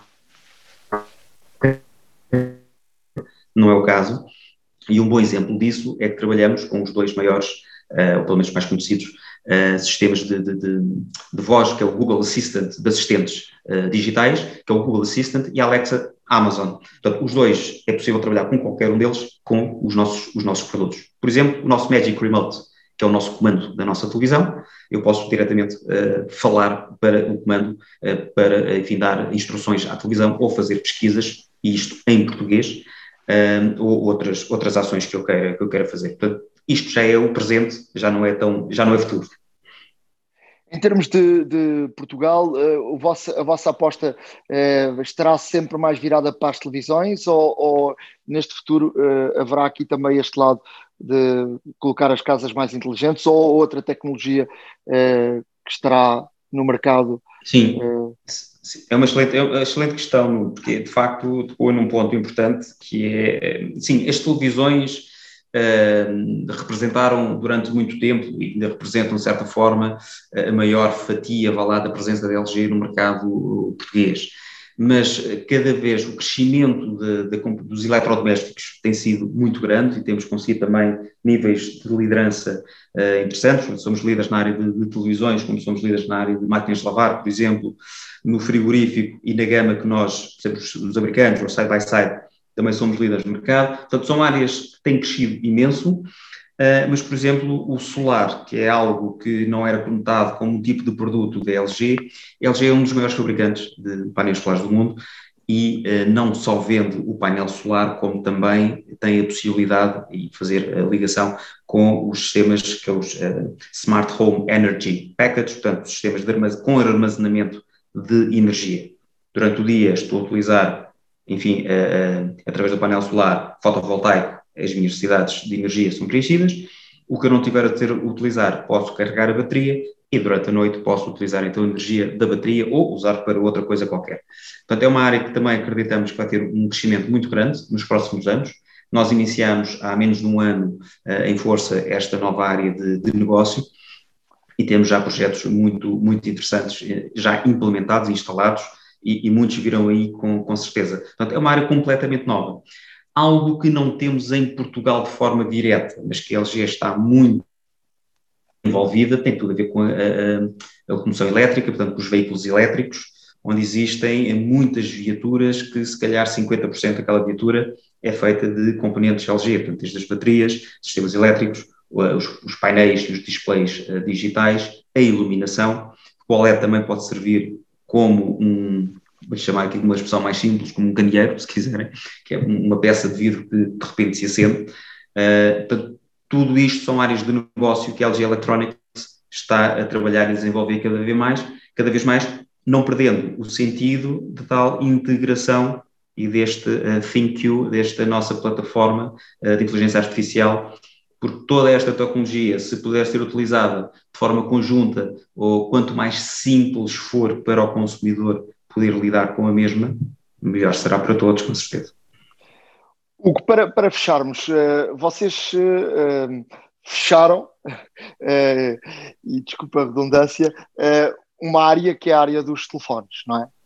Não é o caso. E um bom exemplo disso é que trabalhamos com os dois maiores, uh, ou pelo menos mais conhecidos, Uh, sistemas de, de, de, de voz, que é o Google Assistant de assistentes uh, digitais, que é o Google Assistant, e a Alexa Amazon. Portanto, os dois é possível trabalhar com qualquer um deles com os nossos, os nossos produtos. Por exemplo, o nosso Magic Remote, que é o nosso comando da nossa televisão, eu posso diretamente uh, falar para o comando uh, para, enfim, dar instruções à televisão ou fazer pesquisas, e isto em português, uh, ou outras, outras ações que eu queira, que eu queira fazer. Portanto, isto já é o presente, já não é tão, já não é futuro. Em termos de, de Portugal, uh, a, vossa, a vossa aposta uh, estará sempre mais virada para as televisões ou, ou neste futuro uh, haverá aqui também este lado de colocar as casas mais inteligentes ou outra tecnologia uh, que estará no mercado? Sim, uh... é, uma excelente, é uma excelente questão, porque de facto tocou num ponto importante que é, sim, as televisões Uh, representaram durante muito tempo e ainda representam de certa forma a maior fatia, vá lá, da presença da L G no mercado português, mas cada vez o crescimento de, de, dos eletrodomésticos tem sido muito grande e temos conseguido também níveis de liderança uh, interessantes. Somos líderes na área de, de televisões, como somos líderes na área de máquinas de lavar, por exemplo, no frigorífico e na gama que nós, por exemplo, os, os americanos, o side by side, também somos líderes de mercado. Portanto, são áreas que têm crescido imenso, uh, mas, por exemplo, o solar, que é algo que não era conotado como um tipo de produto da L G. A L G é um dos maiores fabricantes de painéis solares do mundo e uh, não só vende o painel solar, como também tem a possibilidade de fazer a ligação com os sistemas que é os uh, Smart Home Energy Package, portanto, sistemas de armaz- com armazenamento de energia. Durante o dia estou a utilizar, enfim, uh, uh, através do painel solar fotovoltaico, as minhas necessidades de energia são preenchidas. O que eu não tiver a ter a utilizar, posso carregar a bateria e durante a noite posso utilizar então a energia da bateria ou usar para outra coisa qualquer. Portanto, é uma área que também acreditamos que vai ter um crescimento muito grande nos próximos anos. Nós iniciamos há menos de um ano uh, em força esta nova área de, de negócio e temos já projetos muito, muito interessantes, já implementados e instalados, e, e muitos virão aí com, com certeza. Portanto, é uma área completamente nova. Algo que não temos em Portugal de forma direta, mas que a L G está muito envolvida, tem tudo a ver com a, a, a locomoção elétrica, portanto, com os veículos elétricos, onde existem muitas viaturas que, se calhar, cinquenta por cento daquela viatura é feita de componentes L G, portanto, desde as baterias, sistemas elétricos, os, os painéis e os displays uh, digitais, a iluminação. O O L E D também pode servir como um, vou chamar aqui de uma expressão mais simples, como um candeeiro, se quiserem, que é uma peça de vidro que de repente se acende. Uh, portanto, tudo isto são áreas de negócio que a L G Electronics está a trabalhar e desenvolver cada vez mais, cada vez mais, não perdendo o sentido de tal integração e deste uh, ThinQ, desta nossa plataforma uh, de inteligência artificial, porque toda esta tecnologia, se puder ser utilizada de forma conjunta, ou quanto mais simples for para o consumidor poder lidar com a mesma, melhor será para todos, com certeza. Hugo, para, para fecharmos, uh, vocês uh, fecharam, uh, e desculpa a redundância, uh, uma área que é a área dos telefones, não é?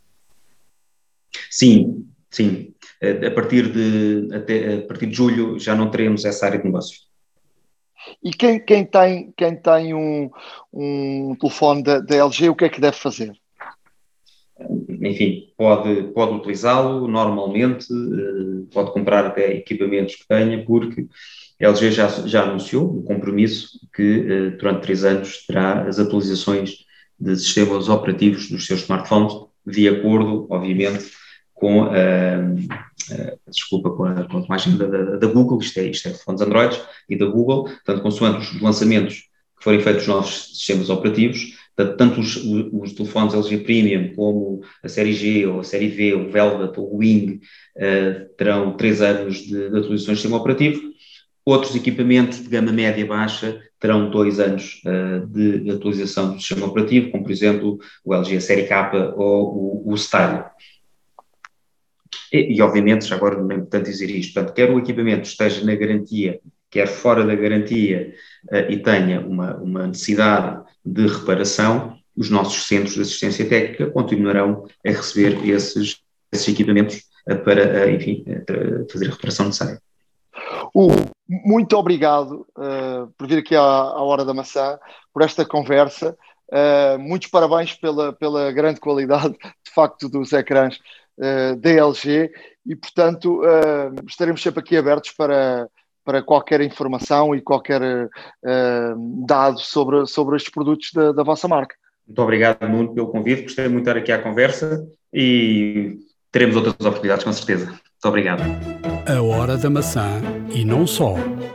Sim, sim. A partir de, até, a partir de julho já não teremos essa área de negócio. E quem, quem tem, quem tem um, um telefone da, da L G, o que é que deve fazer? Enfim, pode, pode utilizá-lo normalmente, pode comprar até equipamentos que tenha, porque a L G já, já anunciou o compromisso que durante três anos terá as atualizações de sistemas operativos dos seus smartphones, de acordo, obviamente, com a, a desculpa, com a, com a agenda da, da Google, isto é, isto é telefones Android e da Google, portanto, consoante os lançamentos que forem feitos dos novos sistemas operativos, tanto, tanto os, os telefones L G Premium como a série G ou a série V, o Velvet ou o Wing, uh, terão três anos de, de atualizações do sistema operativo. Outros equipamentos de gama média e baixa terão dois anos uh, de atualização do sistema operativo, como, por exemplo, o L G Série K ou o, o Style. E, e, obviamente, já agora não é importante dizer isto, portanto, quer o equipamento esteja na garantia, quer fora da garantia uh, e tenha uma, uma necessidade de reparação, os nossos centros de assistência técnica continuarão a receber esses, esses equipamentos uh, para, uh, enfim, uh, fazer a reparação necessária. Hugo, muito obrigado uh, por vir aqui à, à Hora da Maçã, por esta conversa. Uh, muitos parabéns pela, pela grande qualidade, de facto, dos ecrãs uh, da L G e, portanto, uh, estaremos sempre aqui abertos para, para qualquer informação e qualquer uh, dado sobre, sobre estes produtos da, da vossa marca. Muito obrigado, Nuno, pelo convite. Gostei muito de estar aqui à conversa e teremos outras oportunidades, com certeza. Muito obrigado. A Hora da Maçã e não só.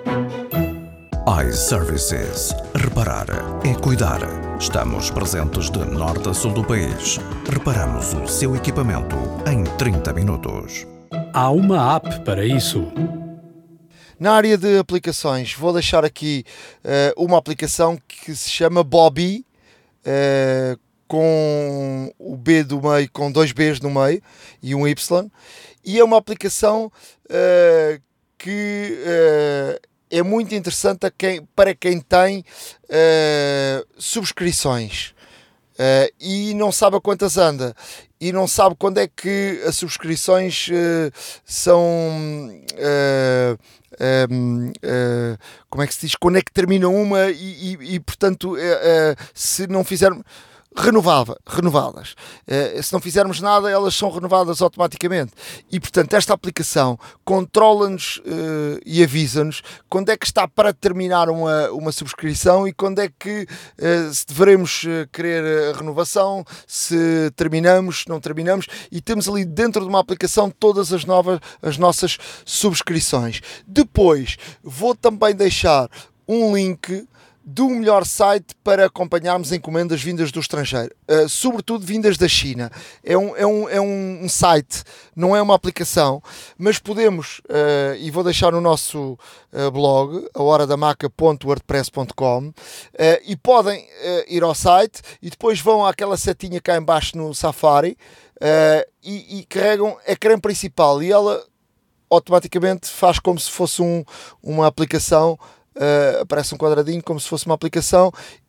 iServices. Reparar é cuidar. Estamos presentes de norte a sul do país. Reparamos o seu equipamento em trinta minutos. Há uma app para isso. Na área de aplicações, vou deixar aqui uh, uma aplicação que se chama Bobby, uh, com o B do meio, com dois Bs no meio e um Y, e é uma aplicação uh, que uh, é muito interessante a quem, para quem tem uh, subscrições uh, e não sabe a quantas anda e não sabe quando é que as subscrições uh, são uh, um, uh, como é que se diz, quando é que termina uma e, e, e portanto uh, uh, se não fizermos renovava, renovadas. Uh, se não fizermos nada, elas são renovadas automaticamente. E, portanto, esta aplicação controla-nos uh, e avisa-nos quando é que está para terminar uma, uma subscrição e quando é que uh, se devemos uh, querer a renovação, se terminamos, se não terminamos, e temos ali dentro de uma aplicação todas as novas, as nossas subscrições. Depois, vou também deixar um link do melhor site para acompanharmos encomendas vindas do estrangeiro, uh, sobretudo vindas da China. É um, é um, é um site, não é uma aplicação, mas podemos, uh, e vou deixar no nosso uh, blog, a hora da maca ponto wordpress ponto com, uh, e podem uh, ir ao site e depois vão àquela setinha cá em baixo no Safari uh, e, e carregam a ecrã principal e ela automaticamente faz como se fosse um, uma aplicação. Uh, aparece um quadradinho como se fosse uma aplicação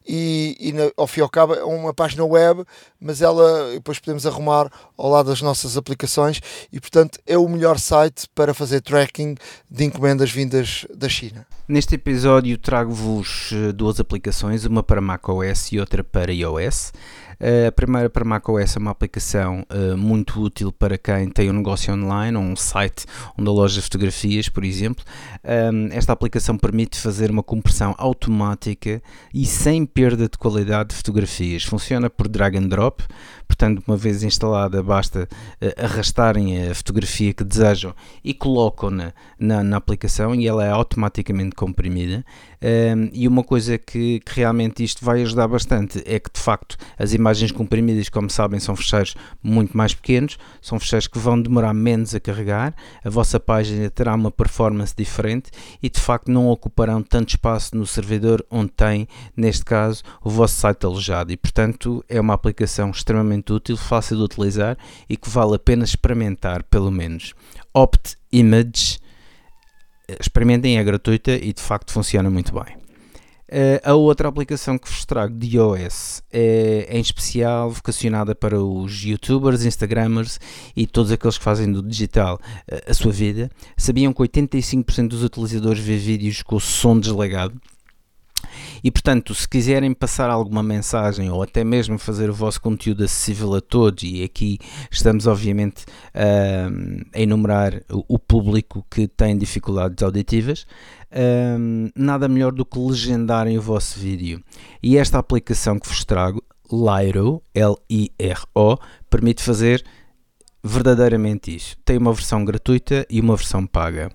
e, e na, ao fim e ao cabo é uma página web, mas ela depois podemos arrumar ao lado das nossas aplicações e, portanto, é o melhor site para fazer tracking de encomendas vindas da China. Neste episódio trago-vos duas aplicações, uma para macOS e outra para iOS. A primeira para macOS é uma aplicação uh, muito útil para quem tem um negócio online ou um site onde aloja fotografias, por exemplo. Um, esta aplicação permite fazer uma compressão automática e sem perda de qualidade de fotografias. Funciona por drag and drop, portanto, uma vez instalada, basta uh, arrastarem a fotografia que desejam e colocam-na na, na aplicação e ela é automaticamente comprimida. Um, e uma coisa que, que realmente isto vai ajudar bastante é que, de facto, as imagens comprimidas, como sabem, são ficheiros muito mais pequenos, são ficheiros que vão demorar menos a carregar, a vossa página terá uma performance diferente e, de facto, não ocuparão tanto espaço no servidor onde tem, neste caso, o vosso site alojado. E, portanto, é uma aplicação extremamente útil, fácil de utilizar e que vale a pena experimentar, pelo menos. Opt Image, experimentem, é gratuita e de facto funciona muito bem. Uh, a outra aplicação que vos trago de iOS é em especial vocacionada para os youtubers, instagramers e todos aqueles que fazem do digital uh, a sua vida. Sabiam que oitenta e cinco por cento dos utilizadores vê vídeos com o som desligado? E, portanto, se quiserem passar alguma mensagem ou até mesmo fazer o vosso conteúdo acessível a todos, e aqui estamos obviamente uh, a enumerar o, o público que tem dificuldades auditivas, uh, nada melhor do que legendarem o vosso vídeo. E esta aplicação que vos trago, Lyro, L I R O, permite fazer verdadeiramente isso. Tem uma versão gratuita e uma versão paga.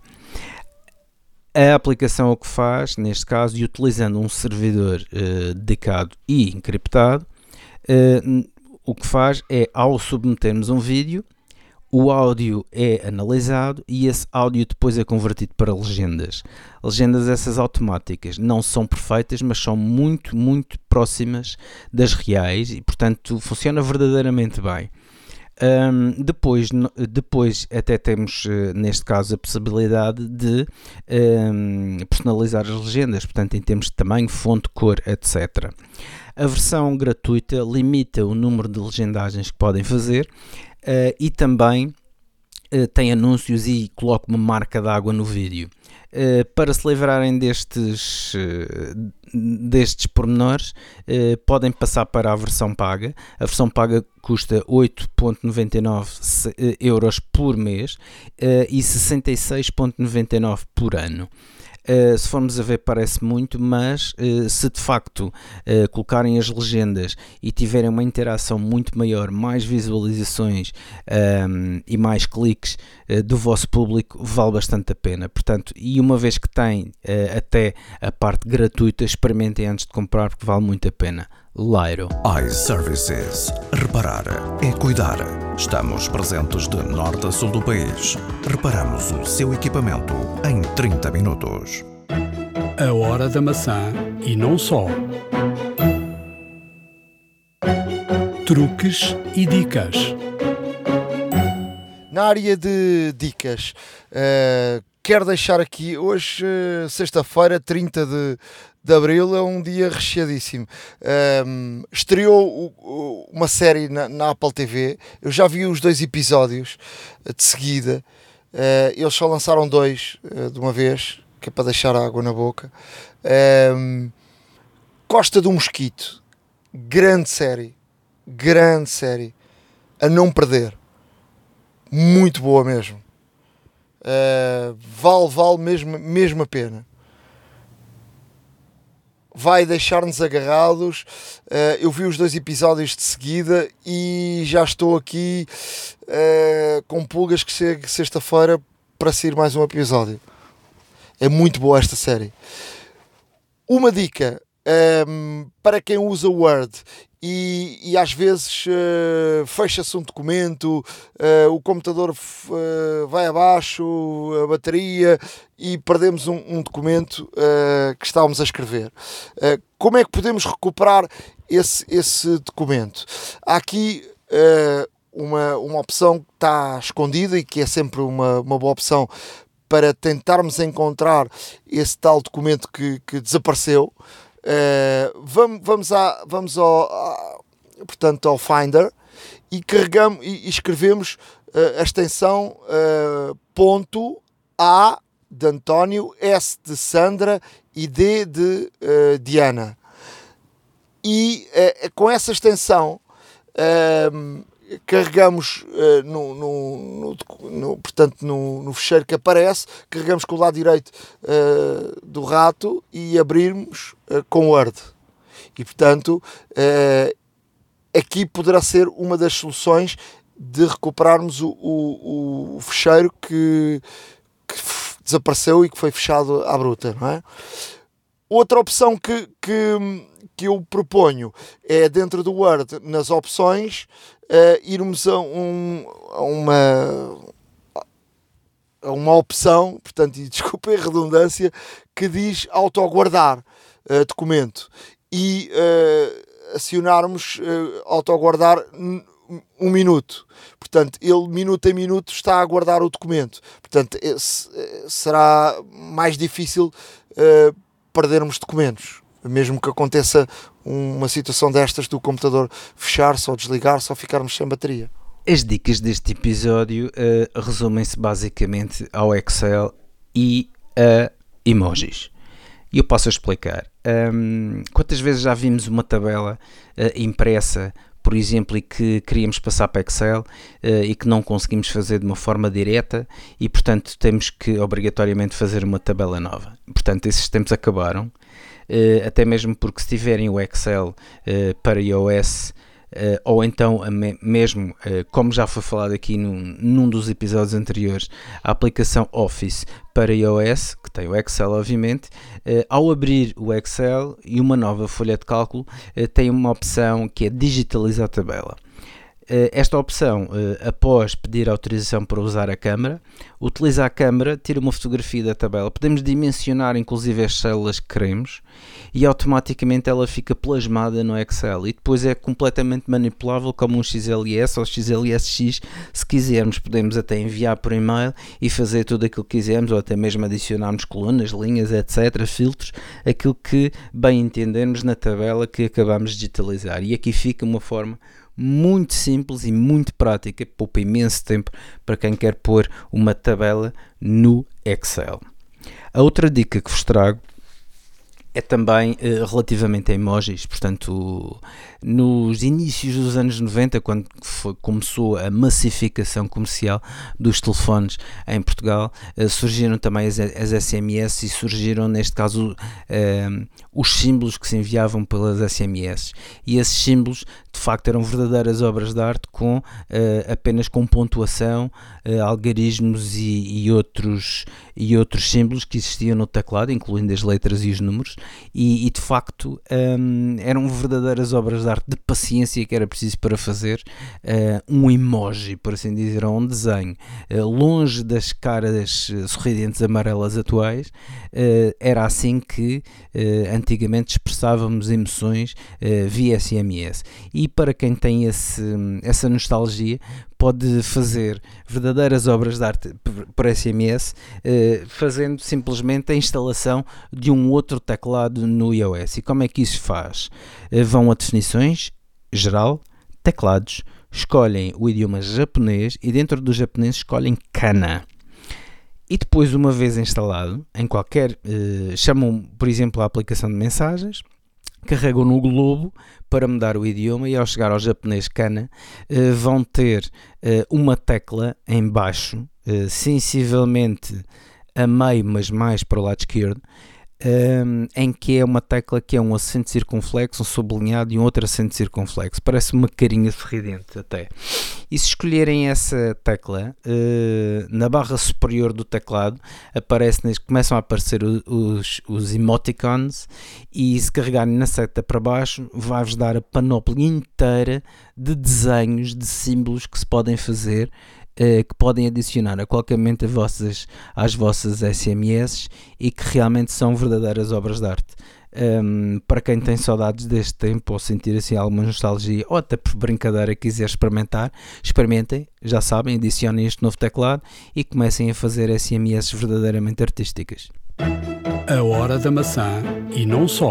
A aplicação o que faz, neste caso, e utilizando um servidor uh, dedicado e encriptado, uh, o que faz é, ao submetermos um vídeo, o áudio é analisado e esse áudio depois é convertido para legendas. Legendas essas automáticas, não são perfeitas, mas são muito, muito próximas das reais e, portanto, funciona verdadeiramente bem. Um, depois, depois até temos uh, neste caso a possibilidade de um, personalizar as legendas, portanto em termos de tamanho, fonte, cor, etcétera. A versão gratuita limita o número de legendagens que podem fazer uh, e também uh, tem anúncios e coloca uma marca d'água no vídeo. Uh, para se livrarem destes, uh, destes pormenores, uh, podem passar para a versão paga. A versão paga custa oito vírgula noventa e nove euros por mês uh, e sessenta e seis vírgula noventa e nove por ano. Uh, se formos a ver, parece muito, mas uh, se de facto uh, colocarem as legendas e tiverem uma interação muito maior, mais visualizações um, e mais cliques uh, do vosso público, vale bastante a pena. Portanto, e uma vez que têm uh, até a parte gratuita, experimentem antes de comprar, porque vale muito a pena. Lyro. iServices. Reparar é cuidar. Estamos presentes de norte a sul do país. Reparamos o seu equipamento em trinta minutos. A hora da maçã e não só. Truques e dicas. Na área de dicas, uh, quero deixar aqui, hoje, uh, sexta-feira, trinta de Abril, é um dia recheadíssimo. Um, estreou o, o, uma série na, na Apple T V, eu já vi os dois episódios uh, de seguida, uh, eles só lançaram dois uh, de uma vez, que é para deixar a água na boca. Um, Costa do Mosquito, grande série, grande série, a não perder. Muito boa mesmo. Uh, vale, vale mesmo, mesmo a pena. Vai deixar-nos agarrados. Uh, eu vi os dois episódios de seguida e já estou aqui uh, com pulgas que chegue sexta-feira para sair mais um episódio. É muito boa esta série. Uma dica um, para quem usa Word e, e às vezes uh, fecha-se um documento, uh, o computador uh, vai abaixo, a bateria, e perdemos um, um documento uh, que estávamos a escrever. Uh, como é que podemos recuperar esse, esse documento? Há aqui uh, uma, uma opção que está escondida e que é sempre uma, uma boa opção para tentarmos encontrar esse tal documento que, que desapareceu. uh, vamos, vamos, à, vamos ao, a, portanto, ao Finder e, carregamos, e, e escrevemos uh, a extensão uh, ponto A de António, S de Sandra e D de uh, Diana. E uh, com essa extensão uh, carregamos uh, no, no, no, no, portanto, no, no fecheiro que aparece, carregamos com o lado direito uh, do rato e abrirmos uh, com Word. E portanto uh, aqui poderá ser uma das soluções de recuperarmos o, o, o fecheiro que, que desapareceu e que foi fechado à bruta, não é? Outra opção que, que, que eu proponho é, dentro do Word, nas opções, uh, irmos a, um, a uma a uma opção, portanto, e desculpem a redundância, que diz autoguardar uh, documento e uh, acionarmos uh, autoguardar um minuto. Portanto, ele minuto a minuto está a guardar o documento. Portanto, esse, será mais difícil uh, perdermos documentos, mesmo que aconteça uma situação destas do computador fechar-se ou desligar-se ou ficarmos sem bateria. As dicas deste episódio uh, resumem-se basicamente ao Excel e a emojis. E eu posso explicar. Um, quantas vezes já vimos uma tabela uh, impressa, por exemplo, e que queríamos passar para Excel uh, e que não conseguimos fazer de uma forma direta e, portanto, temos que obrigatoriamente fazer uma tabela nova. Portanto, esses tempos acabaram, uh, até mesmo porque se tiverem o Excel uh, para iOS, uh, ou então a me- mesmo, uh, como já foi falado aqui num, num dos episódios anteriores, a aplicação Office para iOS, que tem o Excel obviamente, uh, ao abrir o Excel e uma nova folha de cálculo, uh, tem uma opção que é digitalizar a tabela. Uh, esta opção, uh, após pedir autorização para usar a câmera, utiliza a câmera, tira uma fotografia da tabela, podemos dimensionar inclusive as células que queremos e automaticamente ela fica plasmada no Excel e depois é completamente manipulável como um X L S ou X L S X. Se quisermos podemos até enviar por e-mail e fazer tudo aquilo que quisermos, ou até mesmo adicionarmos colunas, linhas, etc, filtros, aquilo que bem entendermos na tabela que acabamos de digitalizar. E aqui fica uma forma muito simples e muito prática, poupa imenso tempo para quem quer pôr uma tabela no Excel. A outra dica que vos trago é também uh, relativamente a emojis. Portanto, nos inícios dos anos noventa, quando foi, começou a massificação comercial dos telefones em Portugal, uh, surgiram também as, as S M S e surgiram, neste caso, uh, os símbolos que se enviavam pelas S M S. E esses símbolos, de facto, eram verdadeiras obras de arte com, uh, apenas com pontuação, uh, algarismos e, e, outros, e outros símbolos que existiam no teclado, incluindo as letras e os números. E, e de facto um, eram verdadeiras obras de arte de paciência que era preciso para fazer uh, um emoji, por assim dizer, ou um desenho uh, longe das caras uh, sorridentes amarelas atuais. Uh, era assim que uh, antigamente expressávamos emoções uh, via S M S. E para quem tem esse, essa nostalgia, pode fazer verdadeiras obras de arte por S M S, eh, fazendo simplesmente a instalação de um outro teclado no iOS. E como é que isso faz? Eh, vão a definições, geral, teclados, escolhem o idioma japonês e dentro do japonês escolhem Kana. E depois, uma vez instalado, em qualquer, eh, chamam, por exemplo, a aplicação de mensagens, carregam no globo para mudar o idioma e ao chegar ao japonês Kana uh, vão ter uh, uma tecla em baixo, uh, sensivelmente a meio, mas mais para o lado esquerdo, um, em que é uma tecla que é um acento circunflexo, um sublinhado e um outro acento circunflexo. Parece uma carinha sorridente até. E se escolherem essa tecla, uh, na barra superior do teclado aparece, começam a aparecer os, os emoticons, e se carregarem na seta para baixo vai-vos dar a panóplia inteira de desenhos, de símbolos que se podem fazer, uh, que podem adicionar a qualquer momento a vossas, às vossas S M S e que realmente são verdadeiras obras de arte. Um, para quem tem saudades deste tempo ou sentir assim alguma nostalgia ou até por brincadeira quiser experimentar, experimentem, já sabem, adicionem este novo teclado e comecem a fazer S M S verdadeiramente artísticas. A Hora da Maçã e não só.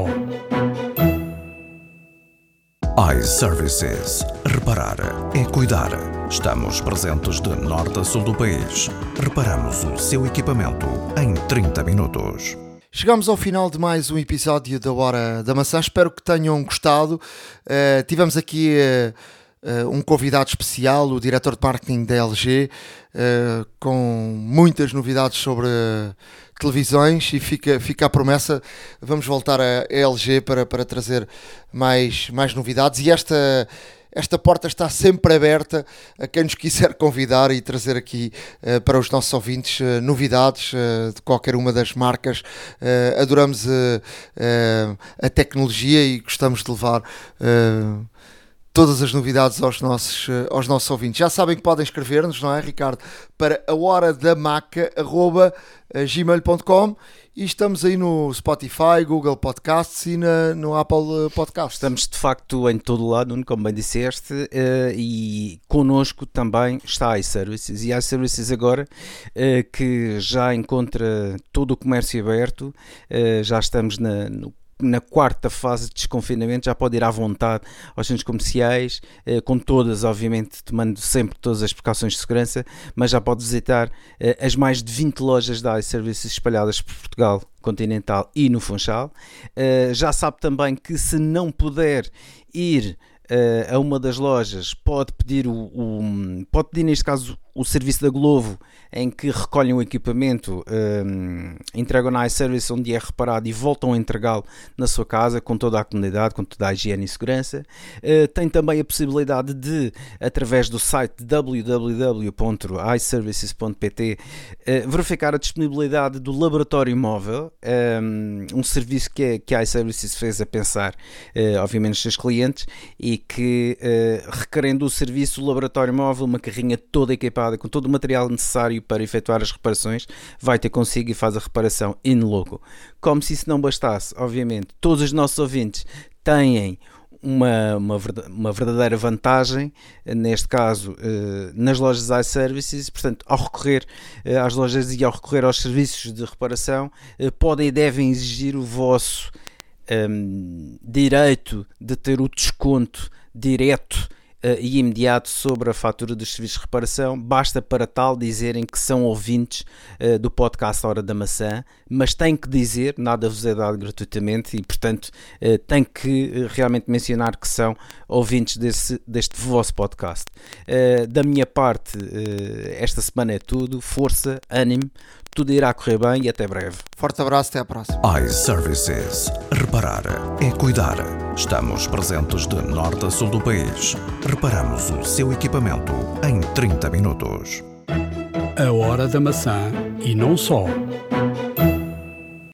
iServices. Reparar é cuidar. Estamos presentes de norte a sul do país. Reparamos o seu equipamento em trinta minutos. Chegamos ao final de mais um episódio da Hora da Maçã. Espero que tenham gostado. Uh, tivemos aqui uh, uh, um convidado especial, o diretor de marketing da L G, uh, com muitas novidades sobre uh, televisões, e fica, fica a promessa. Vamos voltar a L G para, para trazer mais, mais novidades, e esta... Esta porta está sempre aberta a quem nos quiser convidar e trazer aqui uh, para os nossos ouvintes uh, novidades uh, de qualquer uma das marcas. Uh, adoramos uh, uh, a tecnologia e gostamos de levar uh, todas as novidades aos nossos, uh, aos nossos ouvintes. Já sabem que podem escrever-nos, não é, Ricardo? Para a hora da maca arroba gmail ponto com, e estamos aí no Spotify, Google Podcasts e na, no Apple Podcasts. Estamos de facto em todo o lado, como bem disseste, uh, e connosco também está a iServices, e a iServices agora uh, que já encontra todo o comércio aberto, uh, já estamos na, no na quarta fase de desconfinamento, já pode ir à vontade aos centros comerciais, eh, com todas, obviamente, tomando sempre todas as precauções de segurança, mas já pode visitar eh, as mais de vinte lojas da iServices espalhadas por Portugal continental e no Funchal. Eh, já sabe também que, se não puder ir uh, a uma das lojas, pode pedir, o, o, pode pedir neste caso o serviço da Glovo, em que recolhem o equipamento, um, entregam na iService onde é reparado e voltam a entregá-lo na sua casa, com toda a comunidade, com toda a higiene e segurança. Uh, tem também a possibilidade de, através do site w w w ponto i services ponto p t, uh, verificar a disponibilidade do laboratório móvel, um, um serviço que, é, que a iServices fez a pensar, uh, obviamente, nos seus clientes, e que, uh, requerendo o serviço, o laboratório móvel, uma carrinha toda equipada com todo o material necessário para efetuar as reparações, vai ter consigo e faz a reparação in loco. Como se isso não bastasse, obviamente, todos os nossos ouvintes têm uma, uma, uma verdadeira vantagem, neste caso, nas lojas iServices. Portanto, ao recorrer às lojas e ao recorrer aos serviços de reparação, podem e devem exigir o vosso um, direito de ter o desconto direto Uh, e imediato sobre a fatura dos serviços de reparação. Basta para tal dizerem que são ouvintes uh, do podcast Hora da Maçã, mas têm que dizer, nada vos é dado gratuitamente, e portanto uh, têm que uh, realmente mencionar que são ouvintes desse, deste vosso podcast. Uh, da minha parte, uh, esta semana é tudo. Força, ânimo, tudo irá correr bem e até breve. Forte abraço, até à próxima. iServices. Reparar é cuidar. Estamos presentes de norte a sul do país. Reparamos o seu equipamento em trinta minutos. A Hora da Maçã e não só.